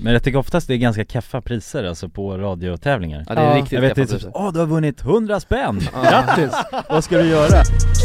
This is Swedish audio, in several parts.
Men jag tycker oftast det är ganska keffa priser alltså på radiotävlingar. Ja, det är riktigt jag vet keffa inte, priser. du har vunnit 100 spänn. Grattis. Vad ska du göra?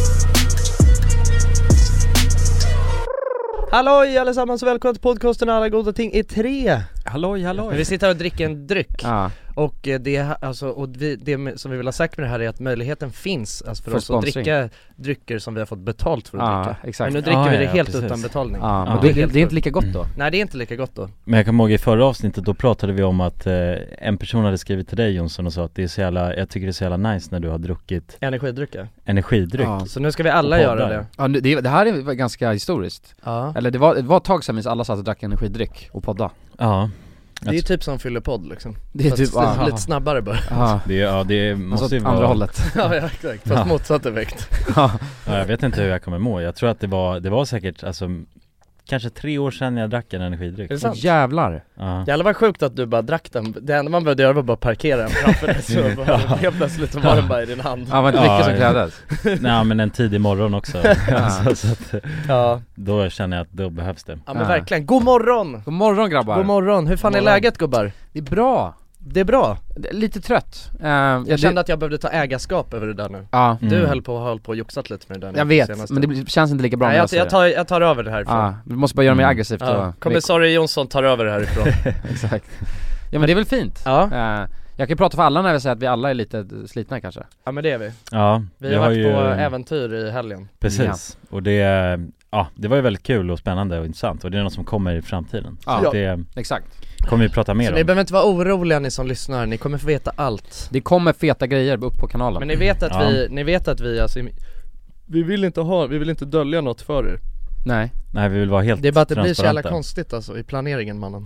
Halloj allesammans och välkomna till podcasten Alla goda ting är 3. Halloj. Men vi sitter här och dricker en dryck. Ja. Och det som vi vill ha sagt med det här är att möjligheten finns alltså för oss sponsring. att dricka drycker som vi har fått betalt för att dricka. Exakt. Men nu dricker vi det helt precis. utan betalning. Ja, men det det är inte lika gott då. Nej, det är inte lika gott då. Men jag kommer ihåg i förra avsnittet, då pratade vi om att en person hade skrivit till dig, Jonsson, och sa att det är så jävla, jag tycker det är så jävla nice när du har druckit energidryck. Ja. Så nu ska vi alla göra det. Ja, det här är ganska historiskt. Ja. Eller det var ett tag sedan minst alla satt och drack energidryck och podda. Ja. Det är ju typ som fyller podd liksom. Det är typ lite snabbare bara. Ja. Det måste alltså ju vara andra hållet. Ja, exakt. Fast motsatt effekt. Ja, jag vet inte hur jag kommer må. Jag tror att det var säkert alltså kanske 3 år sedan jag drack en energidryck. Är det sant? Jävlar. Ja. Jävlar vad sjukt att du bara drack den. Det enda man behövde göra var bara parkera den framför dig. Så helt plötsligt så var den bara i din hand. Ja, men det mycket som krävdes. Nej, men en tidig morgon också. så att, då känner jag att då behövs det. Ja men verkligen, god morgon! God morgon grabbar. God morgon, hur fan är läget gubbar? Det är bra. Det är bra. Lite trött. Jag kände att jag behövde ta ägarskap över det där nu. Ja. Du höll på och joxat lite med det där. Jag vet, senaste. men det känns inte lika bra. Nej, jag tar över det härifrån. Ja, vi måste bara göra mer aggressivt. Kommissarie Jonsson tar över det härifrån. Exakt. Ja men det är väl fint. Ja. Jag kan prata för alla när vi säger att vi alla är lite slitna kanske. Ja men det är vi. Ja, vi har varit på äventyr i helgen. Precis, och det var ju väldigt kul och spännande och intressant. Och det är något som kommer i framtiden. Ja, så det exakt. kommer vi prata mer så om. Ni behöver inte vara oroliga ni som lyssnar, ni kommer få veta allt. Det kommer feta grejer upp på kanalen. Men ni vet att vi alltså, vi vill inte dölja något för er. Nej, vi vill vara helt. Det är bara att det blir så jävla transparenta. konstigt alltså i planeringen mannen.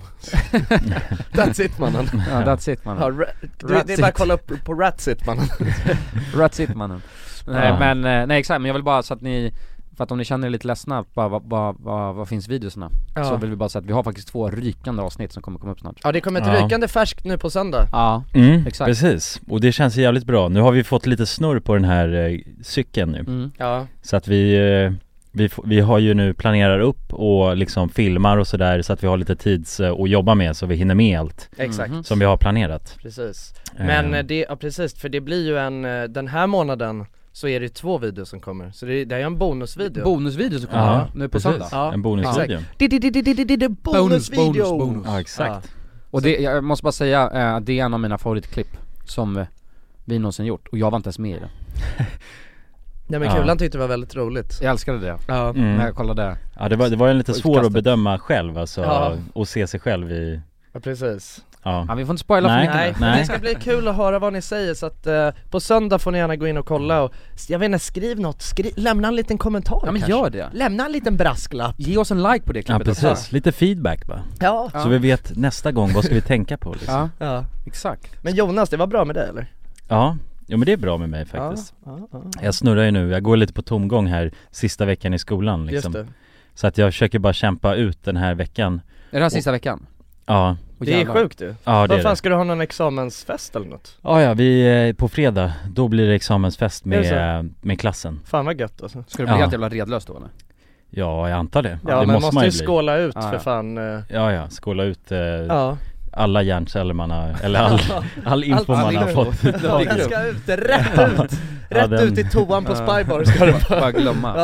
That's it mannen. Ja, that's it mannen. Det är bara att kolla upp på That's it mannen. That's it mannen. Nej exakt, men jag vill bara så att ni, för att om ni känner er lite ledsna, vad finns videorna? Ja. Så vill vi bara säga att vi har faktiskt 2 rykande avsnitt som kommer komma upp snart. Ja, det kommer ett rykande färskt nu på söndag. Ja, exakt. Precis, och det känns jävligt bra. Nu har vi fått lite snurr på den här cykeln nu. Ja. Så att vi har ju nu planerar upp och liksom filmar och sådär, så att vi har lite tids att jobba med, så vi hinner med allt. Exakt. Som vi har planerat. Precis. Men precis, för det blir ju den här månaden så är det 2 videos som kommer. Så det är en bonusvideo. Bonusvideo som kommer nu på söndag. Ja. En bonusvideo. Det bonusvideo. Bonus. Ja, exakt. Och det, jag måste bara säga att det är en av mina favoritklipp som vi någonsin gjort. Och jag var inte ens med i det. Nej men Kulan tyckte det var väldigt roligt. Jag älskade det. Ja. När jag kollade. Ja, det var ju lite svårt att bedöma själv alltså, och se sig själv i. Ja, precis. Ja, vi får inte spoila för mycket. Nej, men det ska bli kul att höra vad ni säger. Så att på söndag får ni gärna gå in och kolla. Och jag vet inte, skriv något, lämna en liten kommentar. Ja men kanske. gör det. Lämna en liten brasklapp. Ge oss en like på det klippet. Ja precis, lite feedback va. Ja. Så vi vet nästa gång, vad ska vi tänka på liksom. Ja, exakt. Men Jonas, det var bra med dig eller? Ja, men det är bra med mig faktiskt. Ja. Jag snurrar ju nu, jag går lite på tomgång här sista veckan i skolan liksom. Just det. Så att jag försöker bara kämpa ut den här veckan. Är det här sista veckan? Ja. Det är sjukt du. Ja, det är fan, ska du ha någon examensfest eller något? Ja, vi på fredag, då blir det examensfest med klassen. Fan vad gött alltså. Ska du bli helt jävla redlös då eller? Ja, jag antar det. Ja, det men måste ju bli. skåla ut för fan. Ja, skåla ut alla hjärnceller man har, eller all info man har fått. Det ska ut, rätt ut i toan på Spybar ska du bara glömma.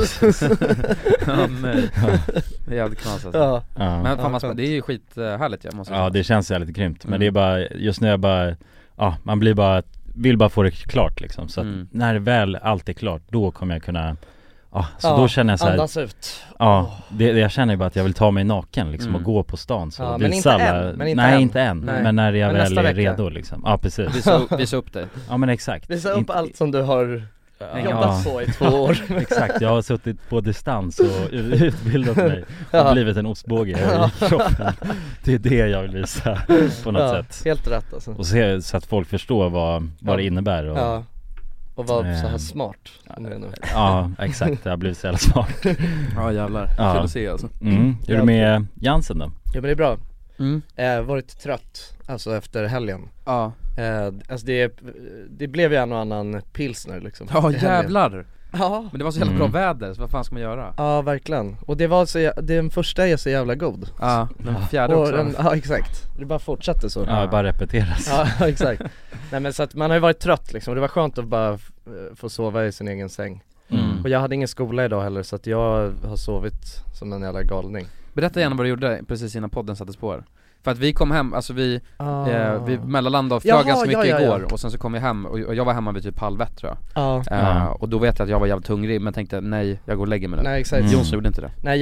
Ja, det är jävligt knas alltså. Men fan, det är ju skithärligt jag måste säga. Ja, det känns jävligt grymt. Men det är bara, just nu är jag bara, man blir vill bara få det klart liksom. Så att när väl allt är klart, då kommer jag kunna, så då känner jag så här, andas ut. Jag känner ju bara att jag vill ta mig naken liksom och gå på stan så men inte än. Inte än. Men när jag väl är redo liksom. Ja, precis. Visa upp dig. Ja, men exakt. Visa upp allt som du har jobbat så i 2 år. Exakt, jag har suttit på distans och utbildat mig och blivit en ostbåge i kroppen. Det är det jag vill visa på något sätt. Helt rätt alltså. Och så att folk förstår vad det innebär och vara så här smart. Ja, exakt, det har blivit så jävla smart. Ja jävlar, kul att se alltså. Är du med Jansen då? Ja men det är bra. Varit trött alltså efter helgen. Ja. Alltså det blev ju en och annan pilsner liksom. Ja jävlar. Ja. Men det var så jävla bra väder, så vad fan ska man göra? Ja, verkligen. Och det var så, den första är så jävla god. Ja, den fjärde också. Ja, exakt. Det bara fortsatte så. Ja, bara repeteras. Ja, exakt. Nej men så att man har ju varit trött liksom. Och det var skönt att bara få sova i sin egen säng. Och jag hade ingen skola idag heller, så att jag har sovit som en jävla galning. Berätta gärna vad du gjorde precis innan podden sattes på här. För att vi kom hem, alltså vi mellanlandade och flög ganska mycket igår. Och sen så kom vi hem, och jag var hemma vid typ 12:30 tror jag. Och då vet jag att jag var jävligt hungrig, men tänkte nej, jag går och lägger mig nu. Nej, exakt. Jonsson gjorde inte det. Nej,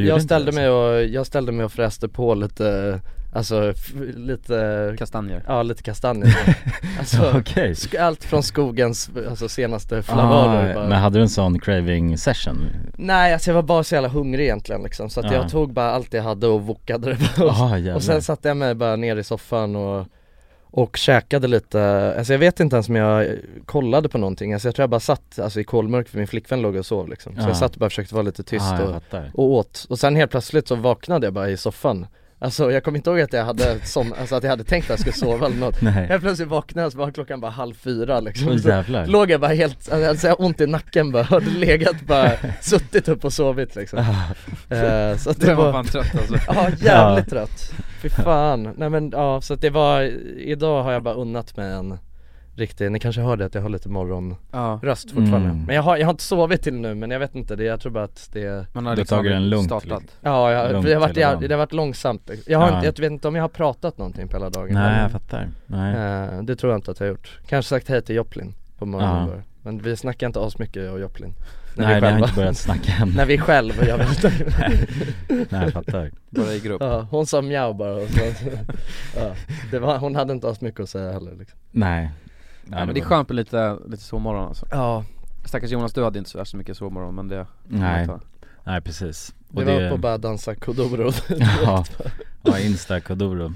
jag ställde mig och fräste på lite, alltså lite kastanjer. Ja, lite kastanjer. Alltså okay. Allt från skogens, alltså senaste flavörer bara. Men hade du en sån craving session? Nej, alltså jag var bara så jävla hungrig egentligen liksom. Så att jag tog bara allt jag hade och wokade det. Och sen satte jag mig bara ner i soffan och käkade lite. Alltså jag vet inte ens om jag kollade på någonting. Alltså jag tror jag bara satt i kolmörk, för min flickvän låg och sov liksom. Så jag satt och bara försökte vara lite tyst och åt. Och sen helt plötsligt så vaknade jag bara i soffan. Alltså jag kommer inte ihåg att jag hade att jag hade tänkt att jag skulle sova eller något. Jag plötsligt vaknade, så var klockan bara 3:30 liksom. Så låg jag bara helt, alltså jag ont i nacken bara, hade legat bara, suttit upp och sovit liksom. Så att det var fan trött alltså. Ja, jävligt trött. Fy fan. Nej men ja, så att det var, idag har jag bara unnat mig en riktigt, ni kanske hörde att jag har lite morgonröst fortfarande. Men jag har inte sovit till nu, men jag vet inte, jag tror bara att det man har liksom tagit en lugnt startat. Ja, det har varit långsamt. Jag vet inte om jag har pratat någonting på hela dagen. Nej, jag fattar. Det tror jag inte att jag har gjort. Kanske sagt hej till Joplin på morgonen. Men vi snackar inte alls mycket om Joplin. Nej, vi har inte börjat snacka än. När vi själva, jag vet inte. Nej, jag fattar. Bara i grupp. Ja, hon sa mjau bara och så, hon hade inte alls mycket att säga heller liksom. Nej, men det är skönt på lite sovmorgon alltså. Ja. Stackars Jonas, du hade inte så mycket sovmorgon, men det... Nej, precis. Och det var på bara dansa Kodoro. Ja, Insta Kodoro.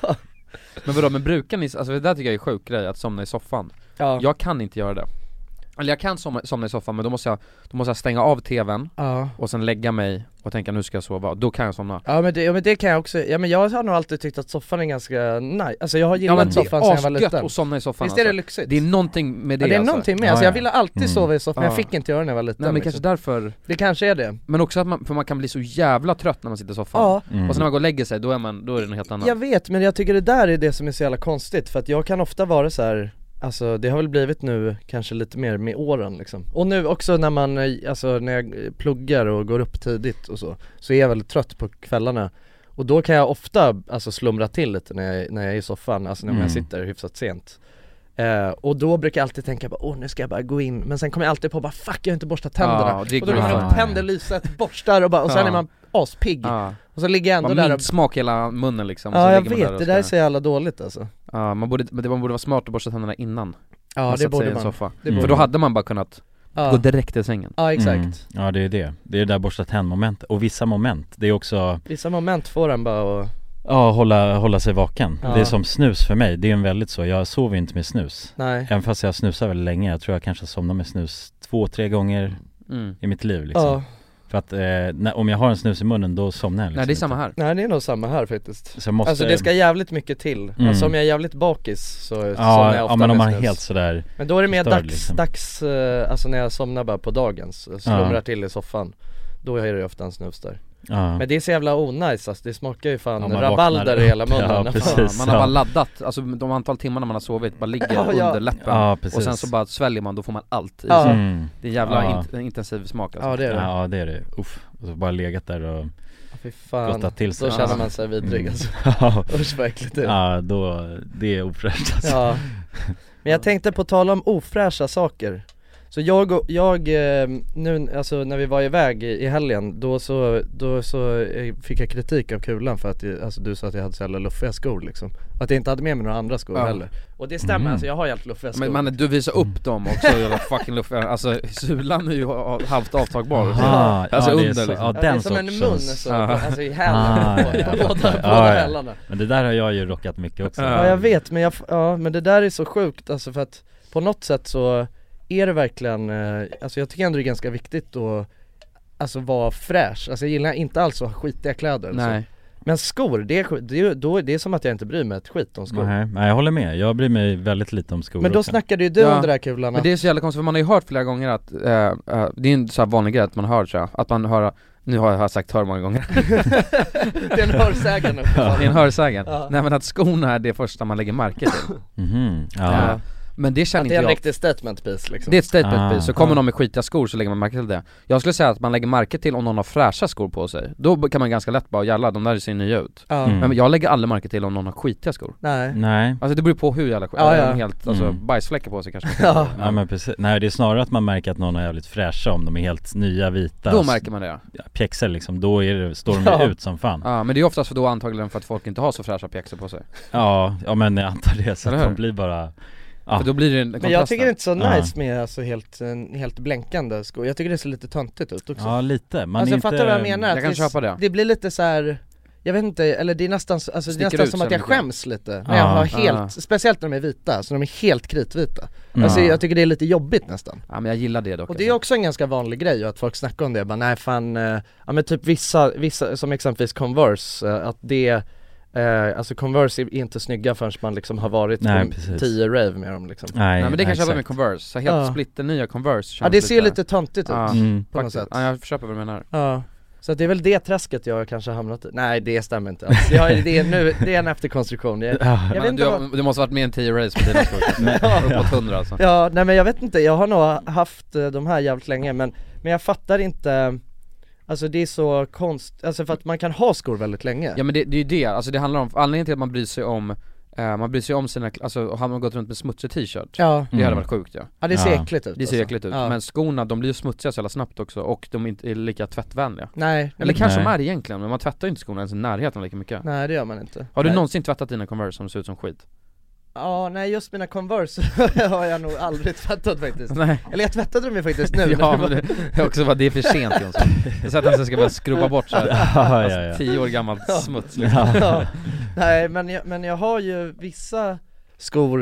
Men vadå, men brukar ni, alltså det där tycker jag är sjuk grej, att somna i soffan. Jag kan inte göra det. Eller jag kan somna i soffan, men då måste jag stänga av tvn och sen lägga mig och tänka nu ska jag sova. Då kan jag somna. Ja men det kan jag också. Ja men jag har nog alltid tyckt att soffan är ganska nice. Alltså jag har gillat soffan sen jag var liten. Och somna i soffan. Visst är det lyxigt? Det är någonting med det. Ja, det är någonting med. Alltså jag ville alltid sova i soffan, men jag fick inte göra det när jag var liten. Nej, men kanske därför. Det kanske är det. Men också att man kan bli så jävla trött när man sitter i soffan. Och sen när man går och lägger sig, då är det något helt annat. Jag vet, men jag tycker det där är det som är så jävla konstigt, för att jag kan ofta vara så här. Alltså det har väl blivit nu kanske lite mer med åren liksom. Och nu också när man, alltså när jag pluggar och går upp tidigt och så är jag väldigt trött på kvällarna. Och då kan jag ofta slumra till lite när jag är i soffan, alltså när jag sitter hyfsat sent. Och då brukar jag alltid tänka bara, nu ska jag bara gå in. Men sen kommer jag alltid på bara, fuck jag har inte borstat tänderna. Och då går man upp, tänder lyset, borstar och sen är man aspigg. Och så ligger jag ändå där och smak hela munnen liksom. Ja, jag vet, det där är så jävla dåligt alltså. Ja, man borde vara smart att borsta tänderna innan. Ja, det borde man. Soffa. För då hade man bara kunnat gå direkt till sängen. Ja, exakt. Ja, det är det. Det är det där borsta tändmoment. Och vissa moment, det är också... Vissa moment får en bara att... Ja, hålla sig vaken. Det är som snus för mig. Det är en väldigt så. Jag sover inte med snus. Nej. Även fast jag snusar väldigt länge. Jag tror jag kanske somnar med snus 2-3 gånger i mitt liv liksom. Ja. För att om jag har en snus i munnen då somnar jag liksom. Nej, det är samma här. Nej, det är nog samma här faktiskt. Så måste... Alltså det ska jävligt mycket till. Alltså om jag är jävligt bakis så somnar jag ofta men om man är helt sådär. Men då är det mer dags alltså när jag somnar bara på dagen, slumrar till i soffan. Då är det ofta en snus där. Men det är så jävla onajs, alltså. Det smakar ju fan rabalder i hela munnen. Man har bara laddat, alltså de antal timmarna man har sovit bara ligger under läppen. Och sen så bara sväljer man, då får man allt i sig. Det är jävla intensiv smak alltså. Ja, det är det. Ja, det är det. Uff. Och så bara legat där och fy fan, till sig. då känner man sig vidrig alltså. Usch vad äckligt det är. Ja, då, det är ofräscht alltså. Men jag tänkte på tala om ofräscha saker. Så jag nu, alltså när vi var iväg i helgen, då så fick jag kritik av Kulan för att alltså, du sa att jag hade så jävla luffiga skor liksom. Att jag inte hade med mig några andra skor heller. Och det stämmer, alltså jag har helt luffiga skor. Men du visar upp dem också, jävla fucking luffiga. Alltså sulan är ju halvt avtagbar. Alltså under liksom. Ja, det är som en mun så, alltså i hälen på båda hälarna. Men det där har jag ju rockat mycket också. Ja, jag vet, men men det där är så sjukt alltså, för att på något sätt så är det verkligen, alltså jag tycker ändå det är ganska viktigt att alltså vara fräsch. Alltså jag gillar inte alls att ha skitiga kläder. Nej. Men skor, det är som att jag inte bryr mig ett skit om skor. Nej, jag håller med, jag bryr mig väldigt lite om skor. Men då också. Snackade ju du om det där kularna. Men det är så jävla konstigt, för man har ju hört flera gånger att det är en så här vanlig grej att man hör så här, att man hör. Nu har jag sagt hör många gånger. Det är en hörsägen. Det är en hörsägen. Nej, men att skorna är det första man lägger märke till. Ja. Men det känner inte jag. Det är en riktig statement piece liksom. Det är ett statement piece, så kommer någon med skitiga skor så lägger man märke till det. Jag skulle säga att man lägger märke till om någon har fräscha skor på sig. Då kan man ganska lätt bara, jävla, de där ser nya ut. Men jag lägger aldrig märke till om någon har skitiga skor. Nej. Alltså det beror på hur jävla helt, alltså bajsfläckar på sig kanske. Ja men precis, nej det är snarare att man märker att någon är jävligt fräscha om de är helt nya, vita. Då märker man det. Pjäxor liksom, då står de ut som fan. Ja, men det är oftast för då antagligen för att folk inte har så fräscha pjäxor på sig. Ja men jag antar det, så att de blir bara... Ja. Då blir det en men jag tycker det är inte så nice med alltså helt blänkande skor. Jag tycker det ser lite töntigt ut också. Ja, lite. Man alltså inte... fattar vad jag menar? Jag kan köpa det. Det blir lite så här, jag vet inte, eller det är nästan, alltså det är nästan som att jag skäms lite när jag har helt, speciellt när de är vita, så de är helt kritvita. Alltså jag tycker det är lite jobbigt nästan. Ja, men jag gillar det dock. Och det är också en ganska vanlig grej att folk snackar om det, bara nej fan, ja men typ vissa som exempelvis Converse, att det alltså Converse är inte snygga förrän man liksom har varit på 10 rave med dem liksom. Nej men det kan köpa med Converse, så helt splitter nya Converse. Ja, det ser lite töntigt ut på något sätt. Ja, jag köper vad du menar. Ja. Så det är väl det träsket jag kanske hamnat i. Nej, det stämmer inte alls. Det är en efterkonstruktion. Jag vet inte du måste varit med i en 10 race på dina skor. På 100 alltså. Ja, nej men jag vet inte. Jag har nog haft de här jävligt länge, men jag fattar inte. Alltså det är så alltså för att man kan ha skor väldigt länge. Ja men det är ju det, alltså det handlar om, anledningen till att man bryr sig om sina, alltså har man gått runt med smutsig t-shirt. Ja. Det hade varit sjukt Ja det ser äckligt ut. Det ser äckligt ut, men skorna de blir ju smutsiga så jävla snabbt också, och de är inte lika tvättvänliga. Nej. Eller kanske de är egentligen, men man tvättar ju inte skorna ens i närheten lika mycket. Nej det gör man inte. Har du någonsin tvättat dina Converse som ser ut som skit? Ja, nej just mina Converse har jag nog aldrig tvättat faktiskt. Nej. Eller jag tvättade dem ju faktiskt nu. Ja, men det är också bara, det är för sent Jonsson. Det är så att han ska börja skrubba bort så här, 10 år gammalt smuts liksom. Nej, men jag har ju vissa skor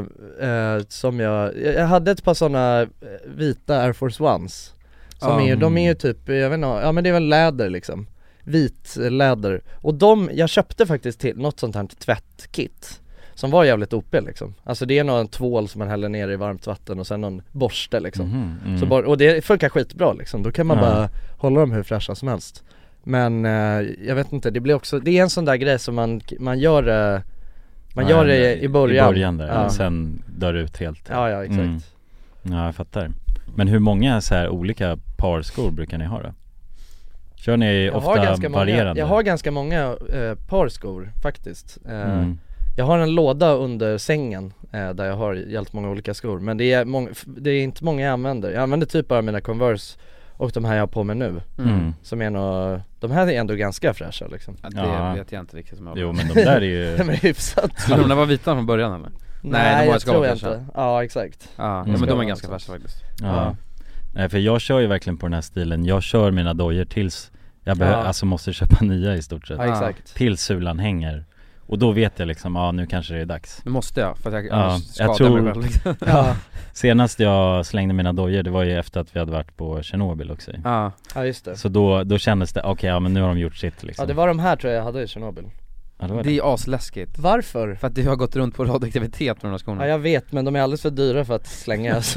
som jag hade ett par sådana vita Air Force Ones som de är ju typ, jag vet inte, ja men det är väl läder liksom. Vit läder. Och jag köpte faktiskt till något sånt här tvättkit som var jävligt OP liksom. Alltså det är nog en tvål som man häller ner i varmt vatten och sen någon borste liksom. Så och det funkar skitbra liksom. Då kan man bara hålla dem hur fräscha som helst. Men jag vet inte, det blir också, det är en sån där grej som man gör det i början. I början där, sen dör ut helt. Ja, exakt. Ja, jag fattar. Men hur många så här olika par skor brukar ni ha då? Kör ni ofta varierande? Jag har ganska många par skor faktiskt. Jag har en låda under sängen där jag har jävligt många olika skor. Men det är inte många jag använder. Jag använder typ bara mina Converse och de här jag har på mig nu. Som är nog, de här är ändå ganska fräscha liksom. Ja, det vet jag inte riktigt som jag har. Jo men de där är ju de är hyfsat. Men de där var vita från början eller? Nej, jag tror jag inte. Ja, exakt. Ja, men de är ganska fräscha faktiskt. Ja. Nej, för jag kör ju verkligen på den här stilen. Jag kör mina dojor tills jag alltså måste köpa nya i stort sett. Ja, exakt. Tills sulan hänger. Och då vet jag liksom, nu kanske det är dags. Nu måste jag, för att jag tror mig själv liksom. Senast jag slängde mina dojor, det var ju efter att vi hade varit på Tjernobyl också. Ja, just det. Så då kändes det, men nu har de gjort sitt liksom. Ja, det var de här tror jag hade i Tjernobyl. Ja, det är asläskigt. Varför? För att det har gått runt på radioaktivitet med de här skorna. Ja, jag vet, men de är alldeles för dyra för att slängas.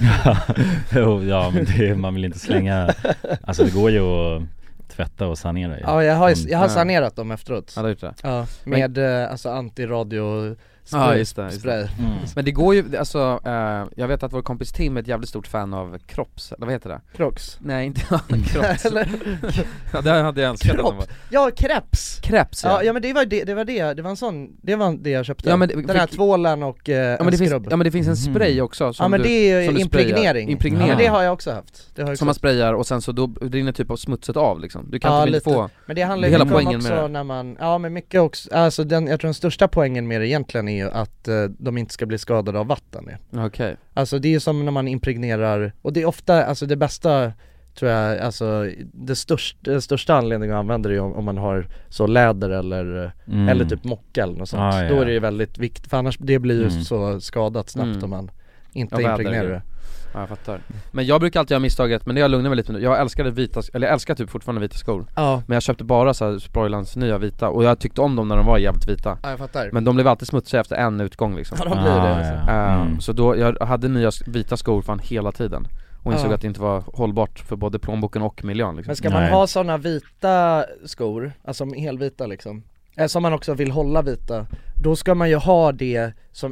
Men man vill inte slänga. Alltså det går ju att tvätta och sanera. Ja, jag har sanerat dem efteråt. Ja, det har gjort det. Ja, med alltså antiradio spray. Men det går ju, alltså jag vet att vår kompis Tim är ett jävligt stort fan av Crocs, eller vad heter det? Crocs? Nej, inte Crocs. Ja, det hade jag önskat att de var. Ja, Kreps. Ja, men det var en sån, det var det jag köpte. Ja, men den här tvålen och skrubb. Men det finns en spray också som men det är impregnering. Ja, men det har jag också haft. Som man sprayar och sen så då rinner typ av smutset av liksom. Du kan inte få. Men det handlar ju om också när man, men mycket också, alltså jag tror den största poängen med det egentligen är ju att de inte ska bli skadade av vatten. Okej. Alltså det är som när man impregnerar, och det är ofta, alltså det bästa tror jag, alltså det största anledningen att använda det om man har så läder eller typ mocka eller något sånt. Då är det ju väldigt viktigt, för annars det blir ju så skadat snabbt om man inte impregnerar det. Ja, jag fattar. Men jag brukar alltid göra misstaget, men det jag lugnar mig lite med. Jag älskar typ fortfarande vita skor. Ja. Men jag köpte bara så här Sproilans nya vita, och jag tyckte om dem när de var jävligt vita. Ja, jag fattar. Men de blev alltid smutsiga efter en utgång liksom. Ja, de blir det alltså. Så då, jag hade nya vita skor fan hela tiden. Och insåg att det inte var hållbart för både plånboken och miljön liksom. Men ska man ha såna vita skor, alltså helvita liksom, som man också vill hålla vita, då ska man ju ha det som...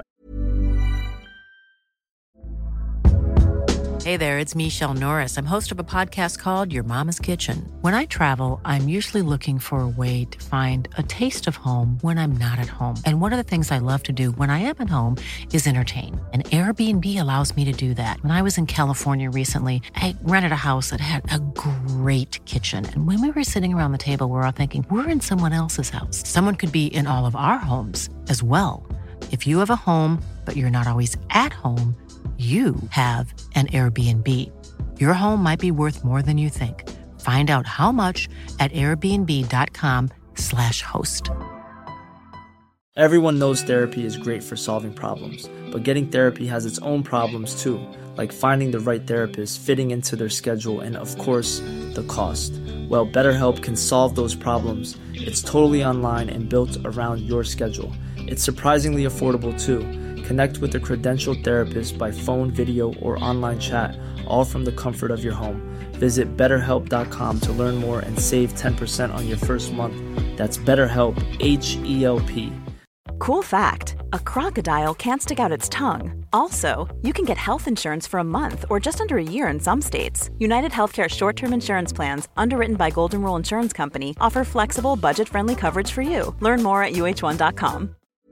Hey there, it's Michelle Norris. I'm host of a podcast called Your Mama's Kitchen. When I travel, I'm usually looking for a way to find a taste of home when I'm not at home. And one of the things I love to do when I am at home is entertain. And Airbnb allows me to do that. When I was in California recently, I rented a house that had a great kitchen. And when we were sitting around the table, we were all thinking, we're in someone else's house. Someone could be in all of our homes as well. If you have a home, but you're not always at home, you have an Airbnb. Your home might be worth more than you think. Find out how much at airbnb.com/host. Everyone knows therapy is great for solving problems, but getting therapy has its own problems too, like finding the right therapist, fitting into their schedule, and of course, the cost. Well, BetterHelp can solve those problems. It's totally online and built around your schedule. It's surprisingly affordable too. Connect with a credentialed therapist by phone, video, or online chat, all from the comfort of your home. Visit BetterHelp.com to learn more and save 10% on your first month. That's BetterHelp, H-E-L-P. Cool fact, a crocodile can't stick out its tongue. Also, you can get health insurance for a month or just under a year in some states. United Healthcare short-term insurance plans, underwritten by Golden Rule Insurance Company, offer flexible, budget-friendly coverage for you. Learn more at UH1.com.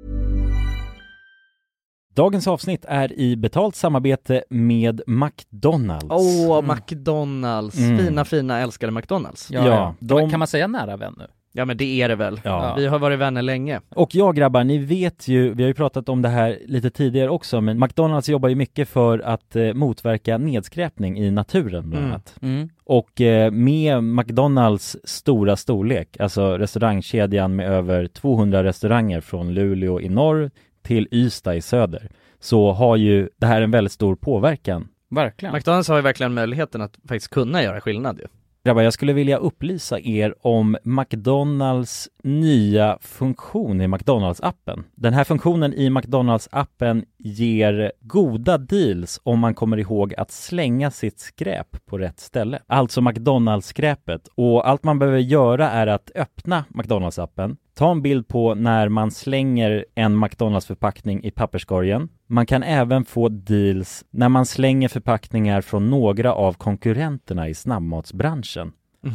Dagens avsnitt är i betalt samarbete med McDonalds. McDonalds. Fina, älskade McDonalds. Ja. Kan man säga nära vän nu? Ja, men det är det väl. Ja. Vi har varit vänner länge. Och grabbar, ni vet ju, vi har ju pratat om det här lite tidigare också, men McDonalds jobbar ju mycket för att motverka nedskräpning i naturen bland annat. Och med McDonalds stora storlek, alltså restaurangkedjan med över 200 restauranger från Luleå i norr till Ystad i söder, så har ju det här en väldigt stor påverkan. Verkligen. McDonalds har ju verkligen möjligheten att faktiskt kunna göra skillnad ju. Grabbar, jag skulle vilja upplysa er om McDonalds nya funktion i McDonalds-appen. Den här funktionen i McDonalds-appen ger goda deals om man kommer ihåg att slänga sitt skräp på rätt ställe. Alltså McDonalds-skräpet. Och allt man behöver göra är att öppna McDonalds-appen, ta en bild på när man slänger en McDonalds-förpackning i papperskorgen. Man kan även få deals när man slänger förpackningar från några av konkurrenterna i snabbmatsbranschen.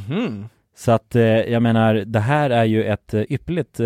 Så att jag menar, det här är ju ett ypperligt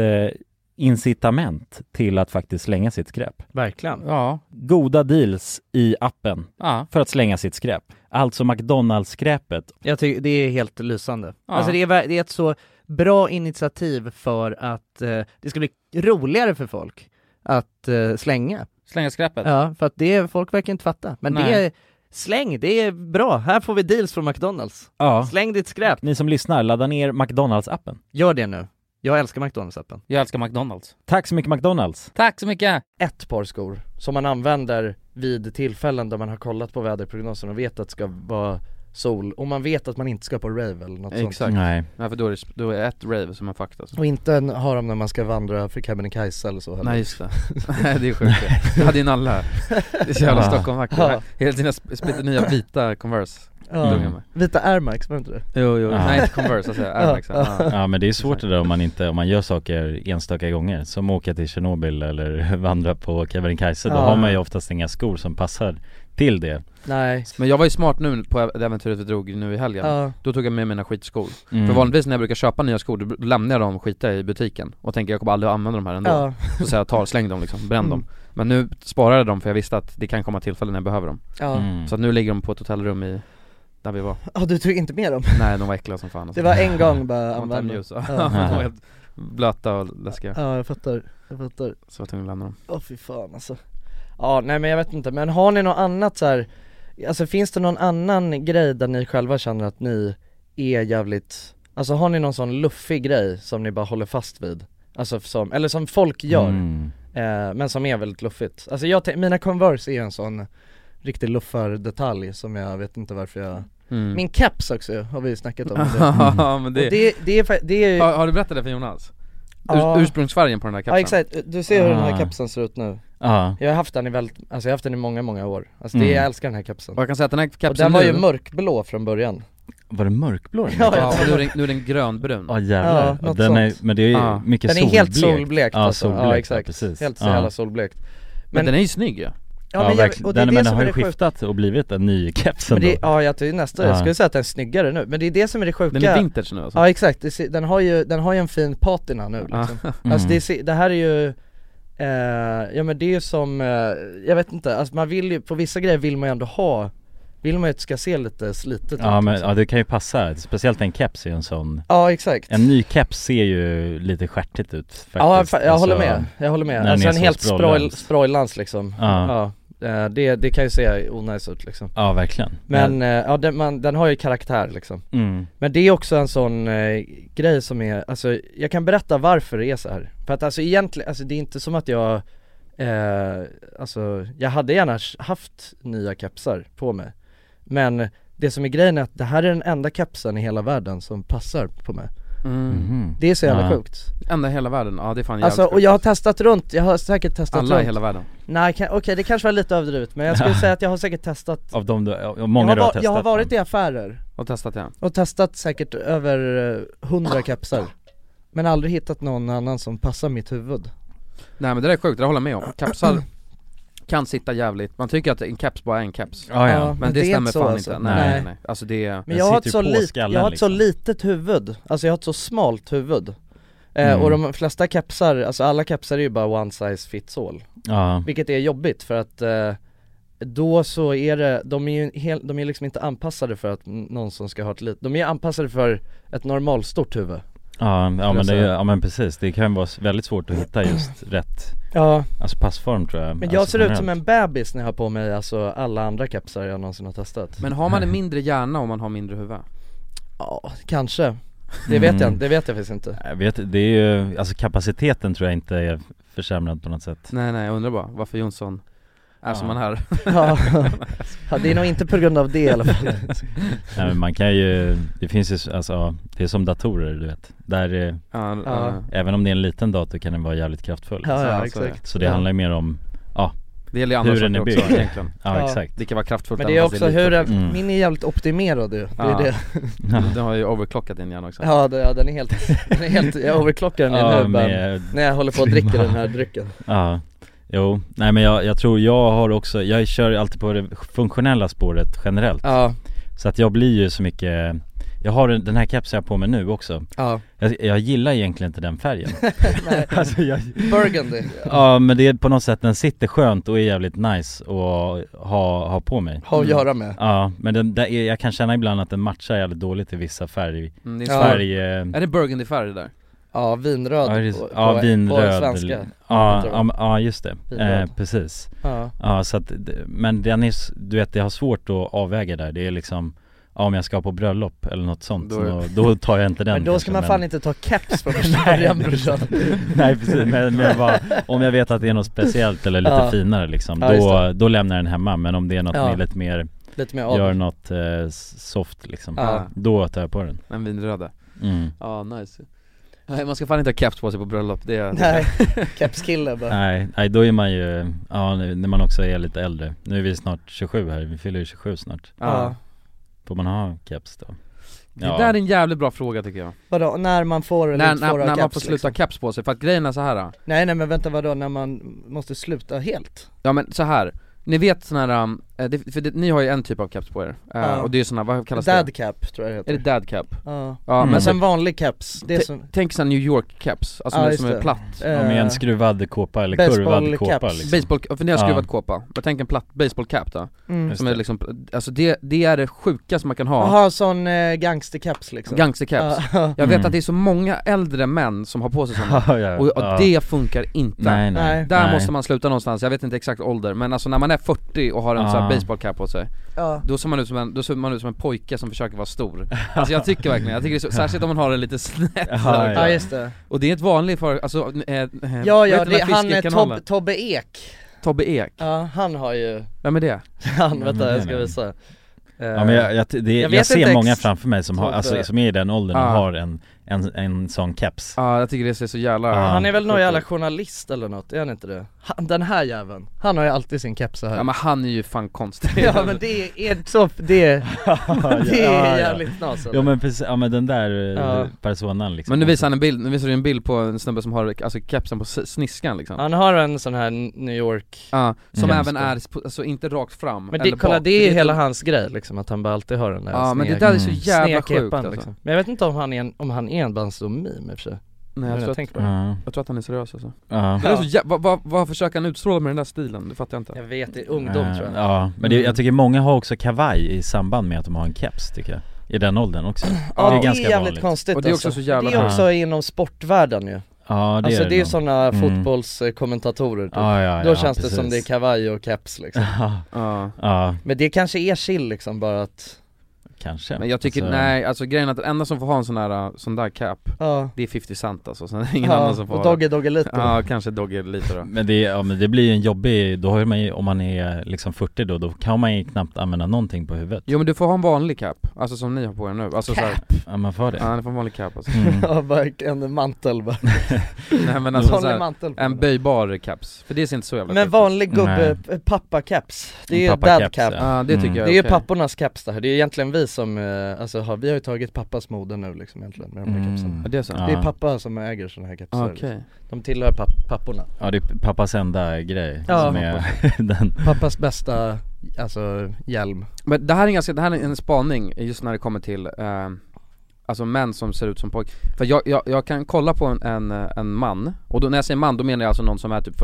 incitament till att faktiskt slänga sitt skräp. Verkligen. Ja. Goda deals i appen för att slänga sitt skräp. Alltså McDonalds-skräpet. Jag tycker det är helt lysande. Alltså det är ett så bra initiativ för att det ska bli roligare för folk att slänga skräpet. Ja, för att folk verkar inte fatta. Men det är släng, det är bra. Här får vi deals från McDonalds. Ja. Släng ditt skräp. Ni som lyssnar, ladda ner McDonalds-appen. Gör det nu. Jag älskar McDonalds-appen. Jag älskar McDonalds. Tack så mycket McDonalds. Tack så mycket. Ett par skor som man använder vid tillfällen där man har kollat på väderprognosen och vet att det ska vara sol, och man vet att man inte ska på rave eller något sånt. Exakt. Nej, för då är ett rave som är fakta. Och inte ha dem när man ska vandra för Kebnekaise eller så heller. Nej, just det. Det är sjukt. Jag hade ju nalla här. Det är så jävla Stockholm-vackert. Helt sina splitter nya vita Converse. Vita Air Max, var det inte det? Jo. Nej, inte Converse, alltså Air Max. Ja, men det är svårt det där om man gör saker enstaka gånger, som åka till Tjernobyl eller vandra på Kebnekaise. Då har man ju oftast inga skor som passar till det. Nej. Men jag var ju smart nu på det äventyret vi drog nu i helgen. Då tog jag med mina skitskor. För vanligtvis när jag brukar köpa nya skor, då lämnar jag dem skita i butiken och tänker jag kommer aldrig använda dem här ändå. Så säger jag släng dem liksom, bränn dem. Men nu sparade jag dem för jag visste att det kan komma tillfällen när jag behöver dem. Så att nu ligger de på ett hotellrum i där vi var. Du tog inte med dem? Nej, de var äckliga som fan alltså. Det var en gång bara använda. De var helt blöta och läskiga. Ja, jag fattar. Så jag tvungen att lämna dem. Fy fan alltså. Ja, nej men jag vet inte. Men har ni något annat så här, alltså finns det någon annan grej där ni själva känner att ni är jävligt, alltså har ni någon sån luffig grej som ni bara håller fast vid? Alltså som folk gör, men som är väldigt luffigt. Alltså mina Converse är en sån riktig luffardetalj som jag vet inte varför jag... Min caps också har vi snackat om. Men det har du berättat det för Jonas? Ursprungsfärgen på den här kapsen. Ja exakt, du ser hur den här kapsen ser ut nu. Jag har haft den i många år. Alltså jag älskar den här kapsen. Och jag kan säga att den här kapsen, och den var ju mörkblå från början. Var det mörkblå? Ja, nu är den grönbrun. Ja jävlar, men det är ju mycket solblekt. Den är helt solblekt alltså. Ja exakt, precis. Helt så jävla solblekt. Men den är ju snygg ju. Ja, men den har ju skiftat och blivit en ny keps ändå. Jag skulle säga att den är snyggare nu. Men det är det som är det sjuka. Den är vintage nu alltså. Ja exakt, den har ju en fin patina nu liksom. Alltså det här är ju men det är ju som jag vet inte, alltså man vill ju, på vissa grejer vill man ju ändå ha, vill man ju att det ska se lite slitet ut. Ja men det kan ju passa, speciellt en keps är en sån. Ja exakt. En ny keps ser ju lite skärtigt ut faktiskt. Ja jag håller med. Alltså en helt sprojlans liksom. Ja. Det kan ju se onajs ut liksom. Ja verkligen. Men den har ju karaktär liksom. Men det är också en sån grej som är, alltså jag kan berätta varför det är så här. För att alltså egentligen, alltså det är inte som att jag jag hade gärna haft nya kepsar på mig. Men det som är grejen är att det här är den enda kepsen i hela världen som passar på mig. Det är så jävla sjukt. Enda i hela världen, ja det är fan jävligt. Alltså, och jag har testat runt, jag har säkert testat alla runt. i hela världen. Nej, okej, det kanske var lite överdrivet. Men jag skulle säga att jag har säkert testat. Av dem många du har testat. Jag har varit i affärer och testat säkert över 100 kepsar. Men aldrig hittat någon annan som passar mitt huvud. Nej men det är sjukt, det håller jag med om. Kepsar kan sitta jävligt. Man tycker att en caps bara är en caps. Ja. Men det stämmer fan alltså. inte. Nej. Alltså det. Men jag har ett så litet huvud. Alltså jag har ett så smalt huvud. Och de flesta kepsar, alltså alla kepsar är ju bara one size fits all. Vilket är jobbigt för att då så är det, de är liksom inte anpassade för att någon som ska ha ett litet. De är anpassade för ett normalstort huvud. Men precis, det kan vara väldigt svårt att hitta just rätt alltså passform tror jag. Men jag ser ut som en bebis när jag har på mig alltså alla andra kepsar jag någonsin har testat. Men har man en mindre hjärna om man har mindre huvud? Ja, kanske. Det vet jag faktiskt inte. Jag vet, det är ju, alltså kapaciteten tror jag inte är försämrad på något sätt. Nej, jag undrar bara varför Jonsson är som man är. Ja, det är nog inte på grund av det i alla fall. Nej, men man kan ju, det finns ju, alltså, det är som datorer du vet. Där även om det är en liten dator kan den vara jävligt kraftfull. Ja, exakt. Så det handlar ju mer om, det gäller hur den är byggd egentligen. Exakt. Det kan vara kraftfullt. Men det är också hur min är jävligt optimerad ju. Det är det. Den har ju overclockat din hjärna också. Ja, den är helt jag overclockar den nu när jag håller på att dricka den här drycken. Jo, nej men jag tror jag kör alltid på det funktionella spåret generellt. Så att jag blir ju så mycket. Jag har den här kepsen jag på mig nu också. Jag gillar egentligen inte den färgen. Nej. Alltså burgundy. Ja, men det är på något sätt, den sitter skönt och är jävligt nice att ha på mig. Ha att göra med. Ja, men jag kan känna ibland att den matchar jävligt dåligt i vissa färg. Är det burgundy färg där? Ja, vinröd vinröd. På svenska. Ja, just det. Precis. Ja, så att, men den är, du vet, det har svårt att avväga där. Det är liksom, om jag ska på bröllop eller något sånt, då tar jag inte den. Men då ska man fan inte ta keps på första början, brorsan. Nej, precis. Men bara, om jag vet att det är något speciellt eller lite finare liksom, då lämnar jag den hemma. Men om det är något med lite mer gör något soft liksom, då tar jag på den. En vinröda. Nice. Nej, man ska fan inte ha keps på sig på bröllop. Nej, kepskille bara. Nej, då är man ju, när man också är lite äldre. Nu är vi snart 27 här, vi fyller ju 27 snart. Får man ha keps då? Det där är en jävligt bra fråga tycker jag. Vadå, när man får när man får sluta keps på sig, för att grejen är så här. Nej men vänta, vadå, när man måste sluta helt? Ja men så här. Ni vet såna här, ni har ju en typ av caps på er. Och det är såna, vad kallas dad cap tror jag det heter. Är det dad cap? Men sen vanlig caps, det är som... Tänk sån New York caps, alltså som är platt. Med en skruvad kåpa eller kurvad kåpa liksom. Baseball, för ni har skruvad kåpa. Jag tänker en platt baseball cap då. Som är liksom, alltså det är det sjukaste man kan ha. Jaha, sån gangstercaps liksom. Gangstercaps. Jag vet att det är så många äldre män som har på sig såna. Och det funkar inte. Nej. Där måste man sluta någonstans. Jag vet inte exakt ålder, men alltså när man är 40 och har en sån här baseball cap på sig, då ser man ut som en pojke som försöker vara stor. Alltså jag tycker verkligen, det är så, särskilt om man har det lite snett. Just det. Och det är ett vanligt för, alltså han är Tobbe Ek. Tobbe Ek. Ja, han har ju... Vem är det? Han, vänta, jag ska visa. Ja, men jag ser många framför mig som har, alltså, som är i den åldern och har en sån keps. Ja, jag tycker det ser så jävla... Han är väl någon jävla journalist eller något, är han inte det? Den här jäveln, han har ju alltid sin keps så här. Ja, men han är ju fan konstig. Ja, men det är så, det är jävligt knas. Ja, men precis, ja, men den där personen liksom. Men nu visar han nu visar du en bild på en snubbe som har alltså kepsen på sniskan liksom. Han har en sån här New York. Ja, som även är alltså inte rakt fram. Men det, kolla, det är hela hans grej liksom, att han bara alltid har den där. Ja, men det där är så jävla sjukt alltså. Liksom. Men jag vet inte om han är en bandstomim i och för sig. Nej, jag tror att han är seriös alltså. Det är så vad försöker han utstråla med den där stilen? Det fattar jag inte. Jag vet, det är ungdom tror jag. Ja, men jag tycker många har också kavaj i samband med att de har en keps, tycker jag. I den åldern också. Ja, det är ganska jävligt vanligt. Konstigt. Och det är också så jävla... Det är också inom sportvärlden ju. Ja, det är ju sådana fotbollskommentatorer typ. Då känns det som det är kavaj och keps liksom. Men det kanske är chill liksom, bara att... Kanske. Men jag tycker, nej, alltså grejen är att den enda som får ha en sån där cap, det är 50 Cent alltså. Sen är det ingen annan som får ha. Och Dogge lite. Ja, kanske Dogge lite då. Men det blir ju en jobbig, då har man ju, om man är liksom 40 då kan man ju knappt använda någonting på huvudet. Jo, men du får ha en vanlig cap, alltså som ni har på er nu. Alltså cap? Så här, ja, man får det. Ja, det får en vanlig cap alltså. Ja, bara en mantel bara. Nej, men alltså såhär, en böjbar caps. För det ser inte så jävla. Men vanlig gubbe, pappa caps. Det är ju dad cap. Ja, det tycker jag. Det är ju pappornas caps det här. Det är egentligen vi som alltså vi har ju tagit pappas mode nu liksom egentligen med de här kepsarna. Det är så? Det är pappa som äger såna här kepsar. Okay. Liksom. De tillhör papporna. Ja, det är pappas enda grej som är den. Pappas bästa, alltså, hjälm. Men det här är en spaning just när det kommer till alltså män som ser ut som pojk. För jag kan kolla på en man, och då, när jag säger man, då menar jag alltså någon som är typ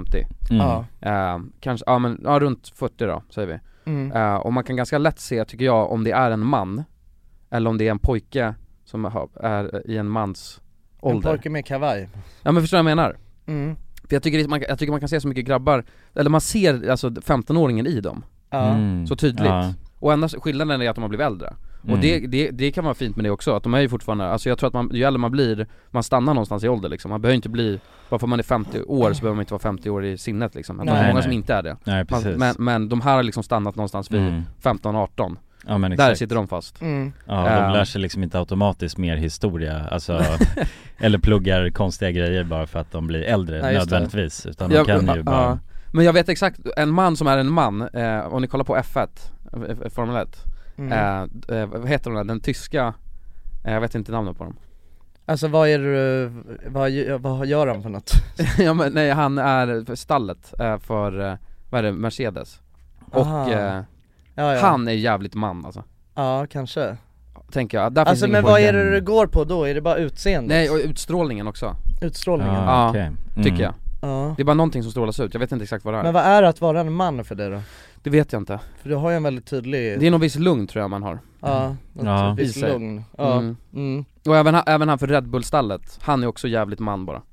45-50. Kanske, runt 40 då, säger vi. Och man kan ganska lätt se, tycker jag, om det är en man eller om det är en pojke som är i en mans ålder. En pojke med kavaj. Ja, men förstår du vad jag menar? För jag tycker man kan se så mycket grabbar, eller man ser alltså 15-åringen i dem så tydligt. Och endast skillnaden är att de har blivit äldre. Och det kan vara fint med det också, att de är ju fortfarande, alltså jag tror att ju äldre man blir, man stannar någonstans i ålder liksom. Man behöver inte bli, bara för man är 50 år så behöver man inte vara 50 år i sinnet liksom. Det är många som inte är det. Nej, men de här har liksom stannat någonstans vid 15-18. Ja, men där sitter de fast. Ja, de lär sig liksom inte automatiskt mer historia, alltså eller pluggar konstiga grejer bara för att de blir äldre nödvändigtvis, utan de kan ju bara... Men jag vet exakt, en man som är en man, om ni kollar på F1, Formel 1, vad heter de där? Den tyska, jag vet inte namnet på dem. Alltså vad gör han för något? Ja, men nej, han är för stallet för vad är det, Mercedes. Och han är jävligt man alltså. Ja, kanske. Tänker jag. Där alltså, men vad är det du går på då? Är det bara utseendet? Nej, och utstrålningen också. Utstrålningen? Ja, okay. Tycker jag. Det är bara någonting som strålas ut, jag vet inte exakt vad det är. Men vad är att vara en man för dig då? Det vet jag inte. För du har ju en väldigt tydlig... Det är någon viss lugn tror jag man har. Ja, viss lugn. Och även han för Red Bull-stallet, han är också jävligt man bara.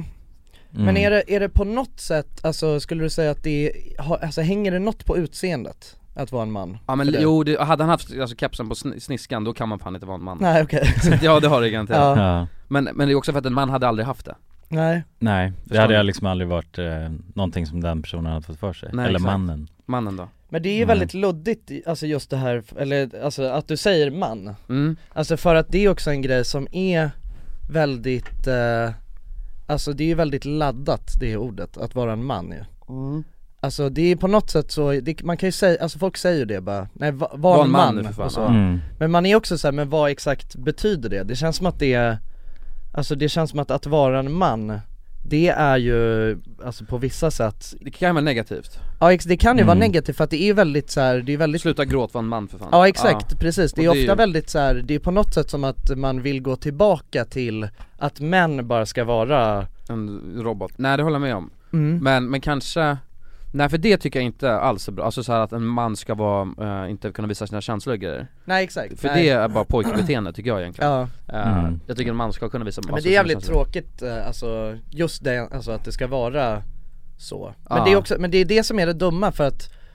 Men är det på något sätt, alltså skulle du säga att det alltså hänger det något på utseendet? Att vara en man? Ja, men jo, hade han haft alltså kepsen på sniskan, då kan man fan inte vara en man. Nej, okej. Ja, det har det garanterat. Men det är också för att en man hade aldrig haft det. Nej, det hade jag liksom aldrig varit någonting som den personen hade fått för sig. Nej, eller exakt. Mannen då. Men det är ju väldigt luddigt, alltså just det här, eller alltså att du säger man. Alltså för att det är också en grej som är väldigt alltså det är ju väldigt laddat, det ordet, att vara en man ju. Alltså det är på något sätt så, man kan ju säga, alltså folk säger ju det bara, nej, var en man och så. Men man är också så här, men vad exakt betyder det? Det känns som att det är, alltså det känns som att vara en man, det är ju, alltså på vissa sätt, det kan vara negativt. Ja, det kan ju vara negativt, för att det är väldigt så här, det är väldigt... Sluta gråt, vara en man för fan. Ja, exakt, precis. Det är ofta väldigt så här, det är på något sätt som att man vill gå tillbaka till att män bara ska vara en robot. Nej, det håller jag med om. Men kanske, nej, för det tycker jag inte alls är bra. Alltså så här att en man ska vara, inte kunna visa sina känslor och grejer. Nej, exakt. För det är bara pojkbeteende tycker jag egentligen. Jag tycker en man ska kunna visa. Men det är jävligt tråkigt, alltså just det, alltså att det ska vara så. Men det är också, men det är det som är det dumma, för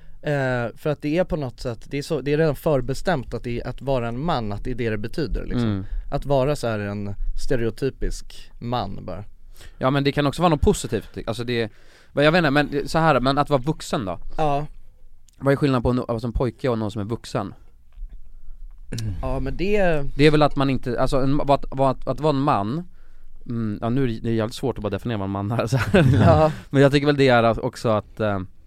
att det är på något sätt, det är redan förbestämt att vara en man, att det är det betyder liksom. Att vara så här en stereotypisk man bara. Ja, men det kan också vara något positivt. Alltså det, jag vet inte, men så här, men att vara vuxen då? Ja. Vad är skillnaden på alltså en pojke och någon som är vuxen? Ja, men det är väl att man inte, alltså att vara en man. Ja, nu är det jävligt svårt att bara definiera vad en man är så här. Ja. Men jag tycker väl det är också att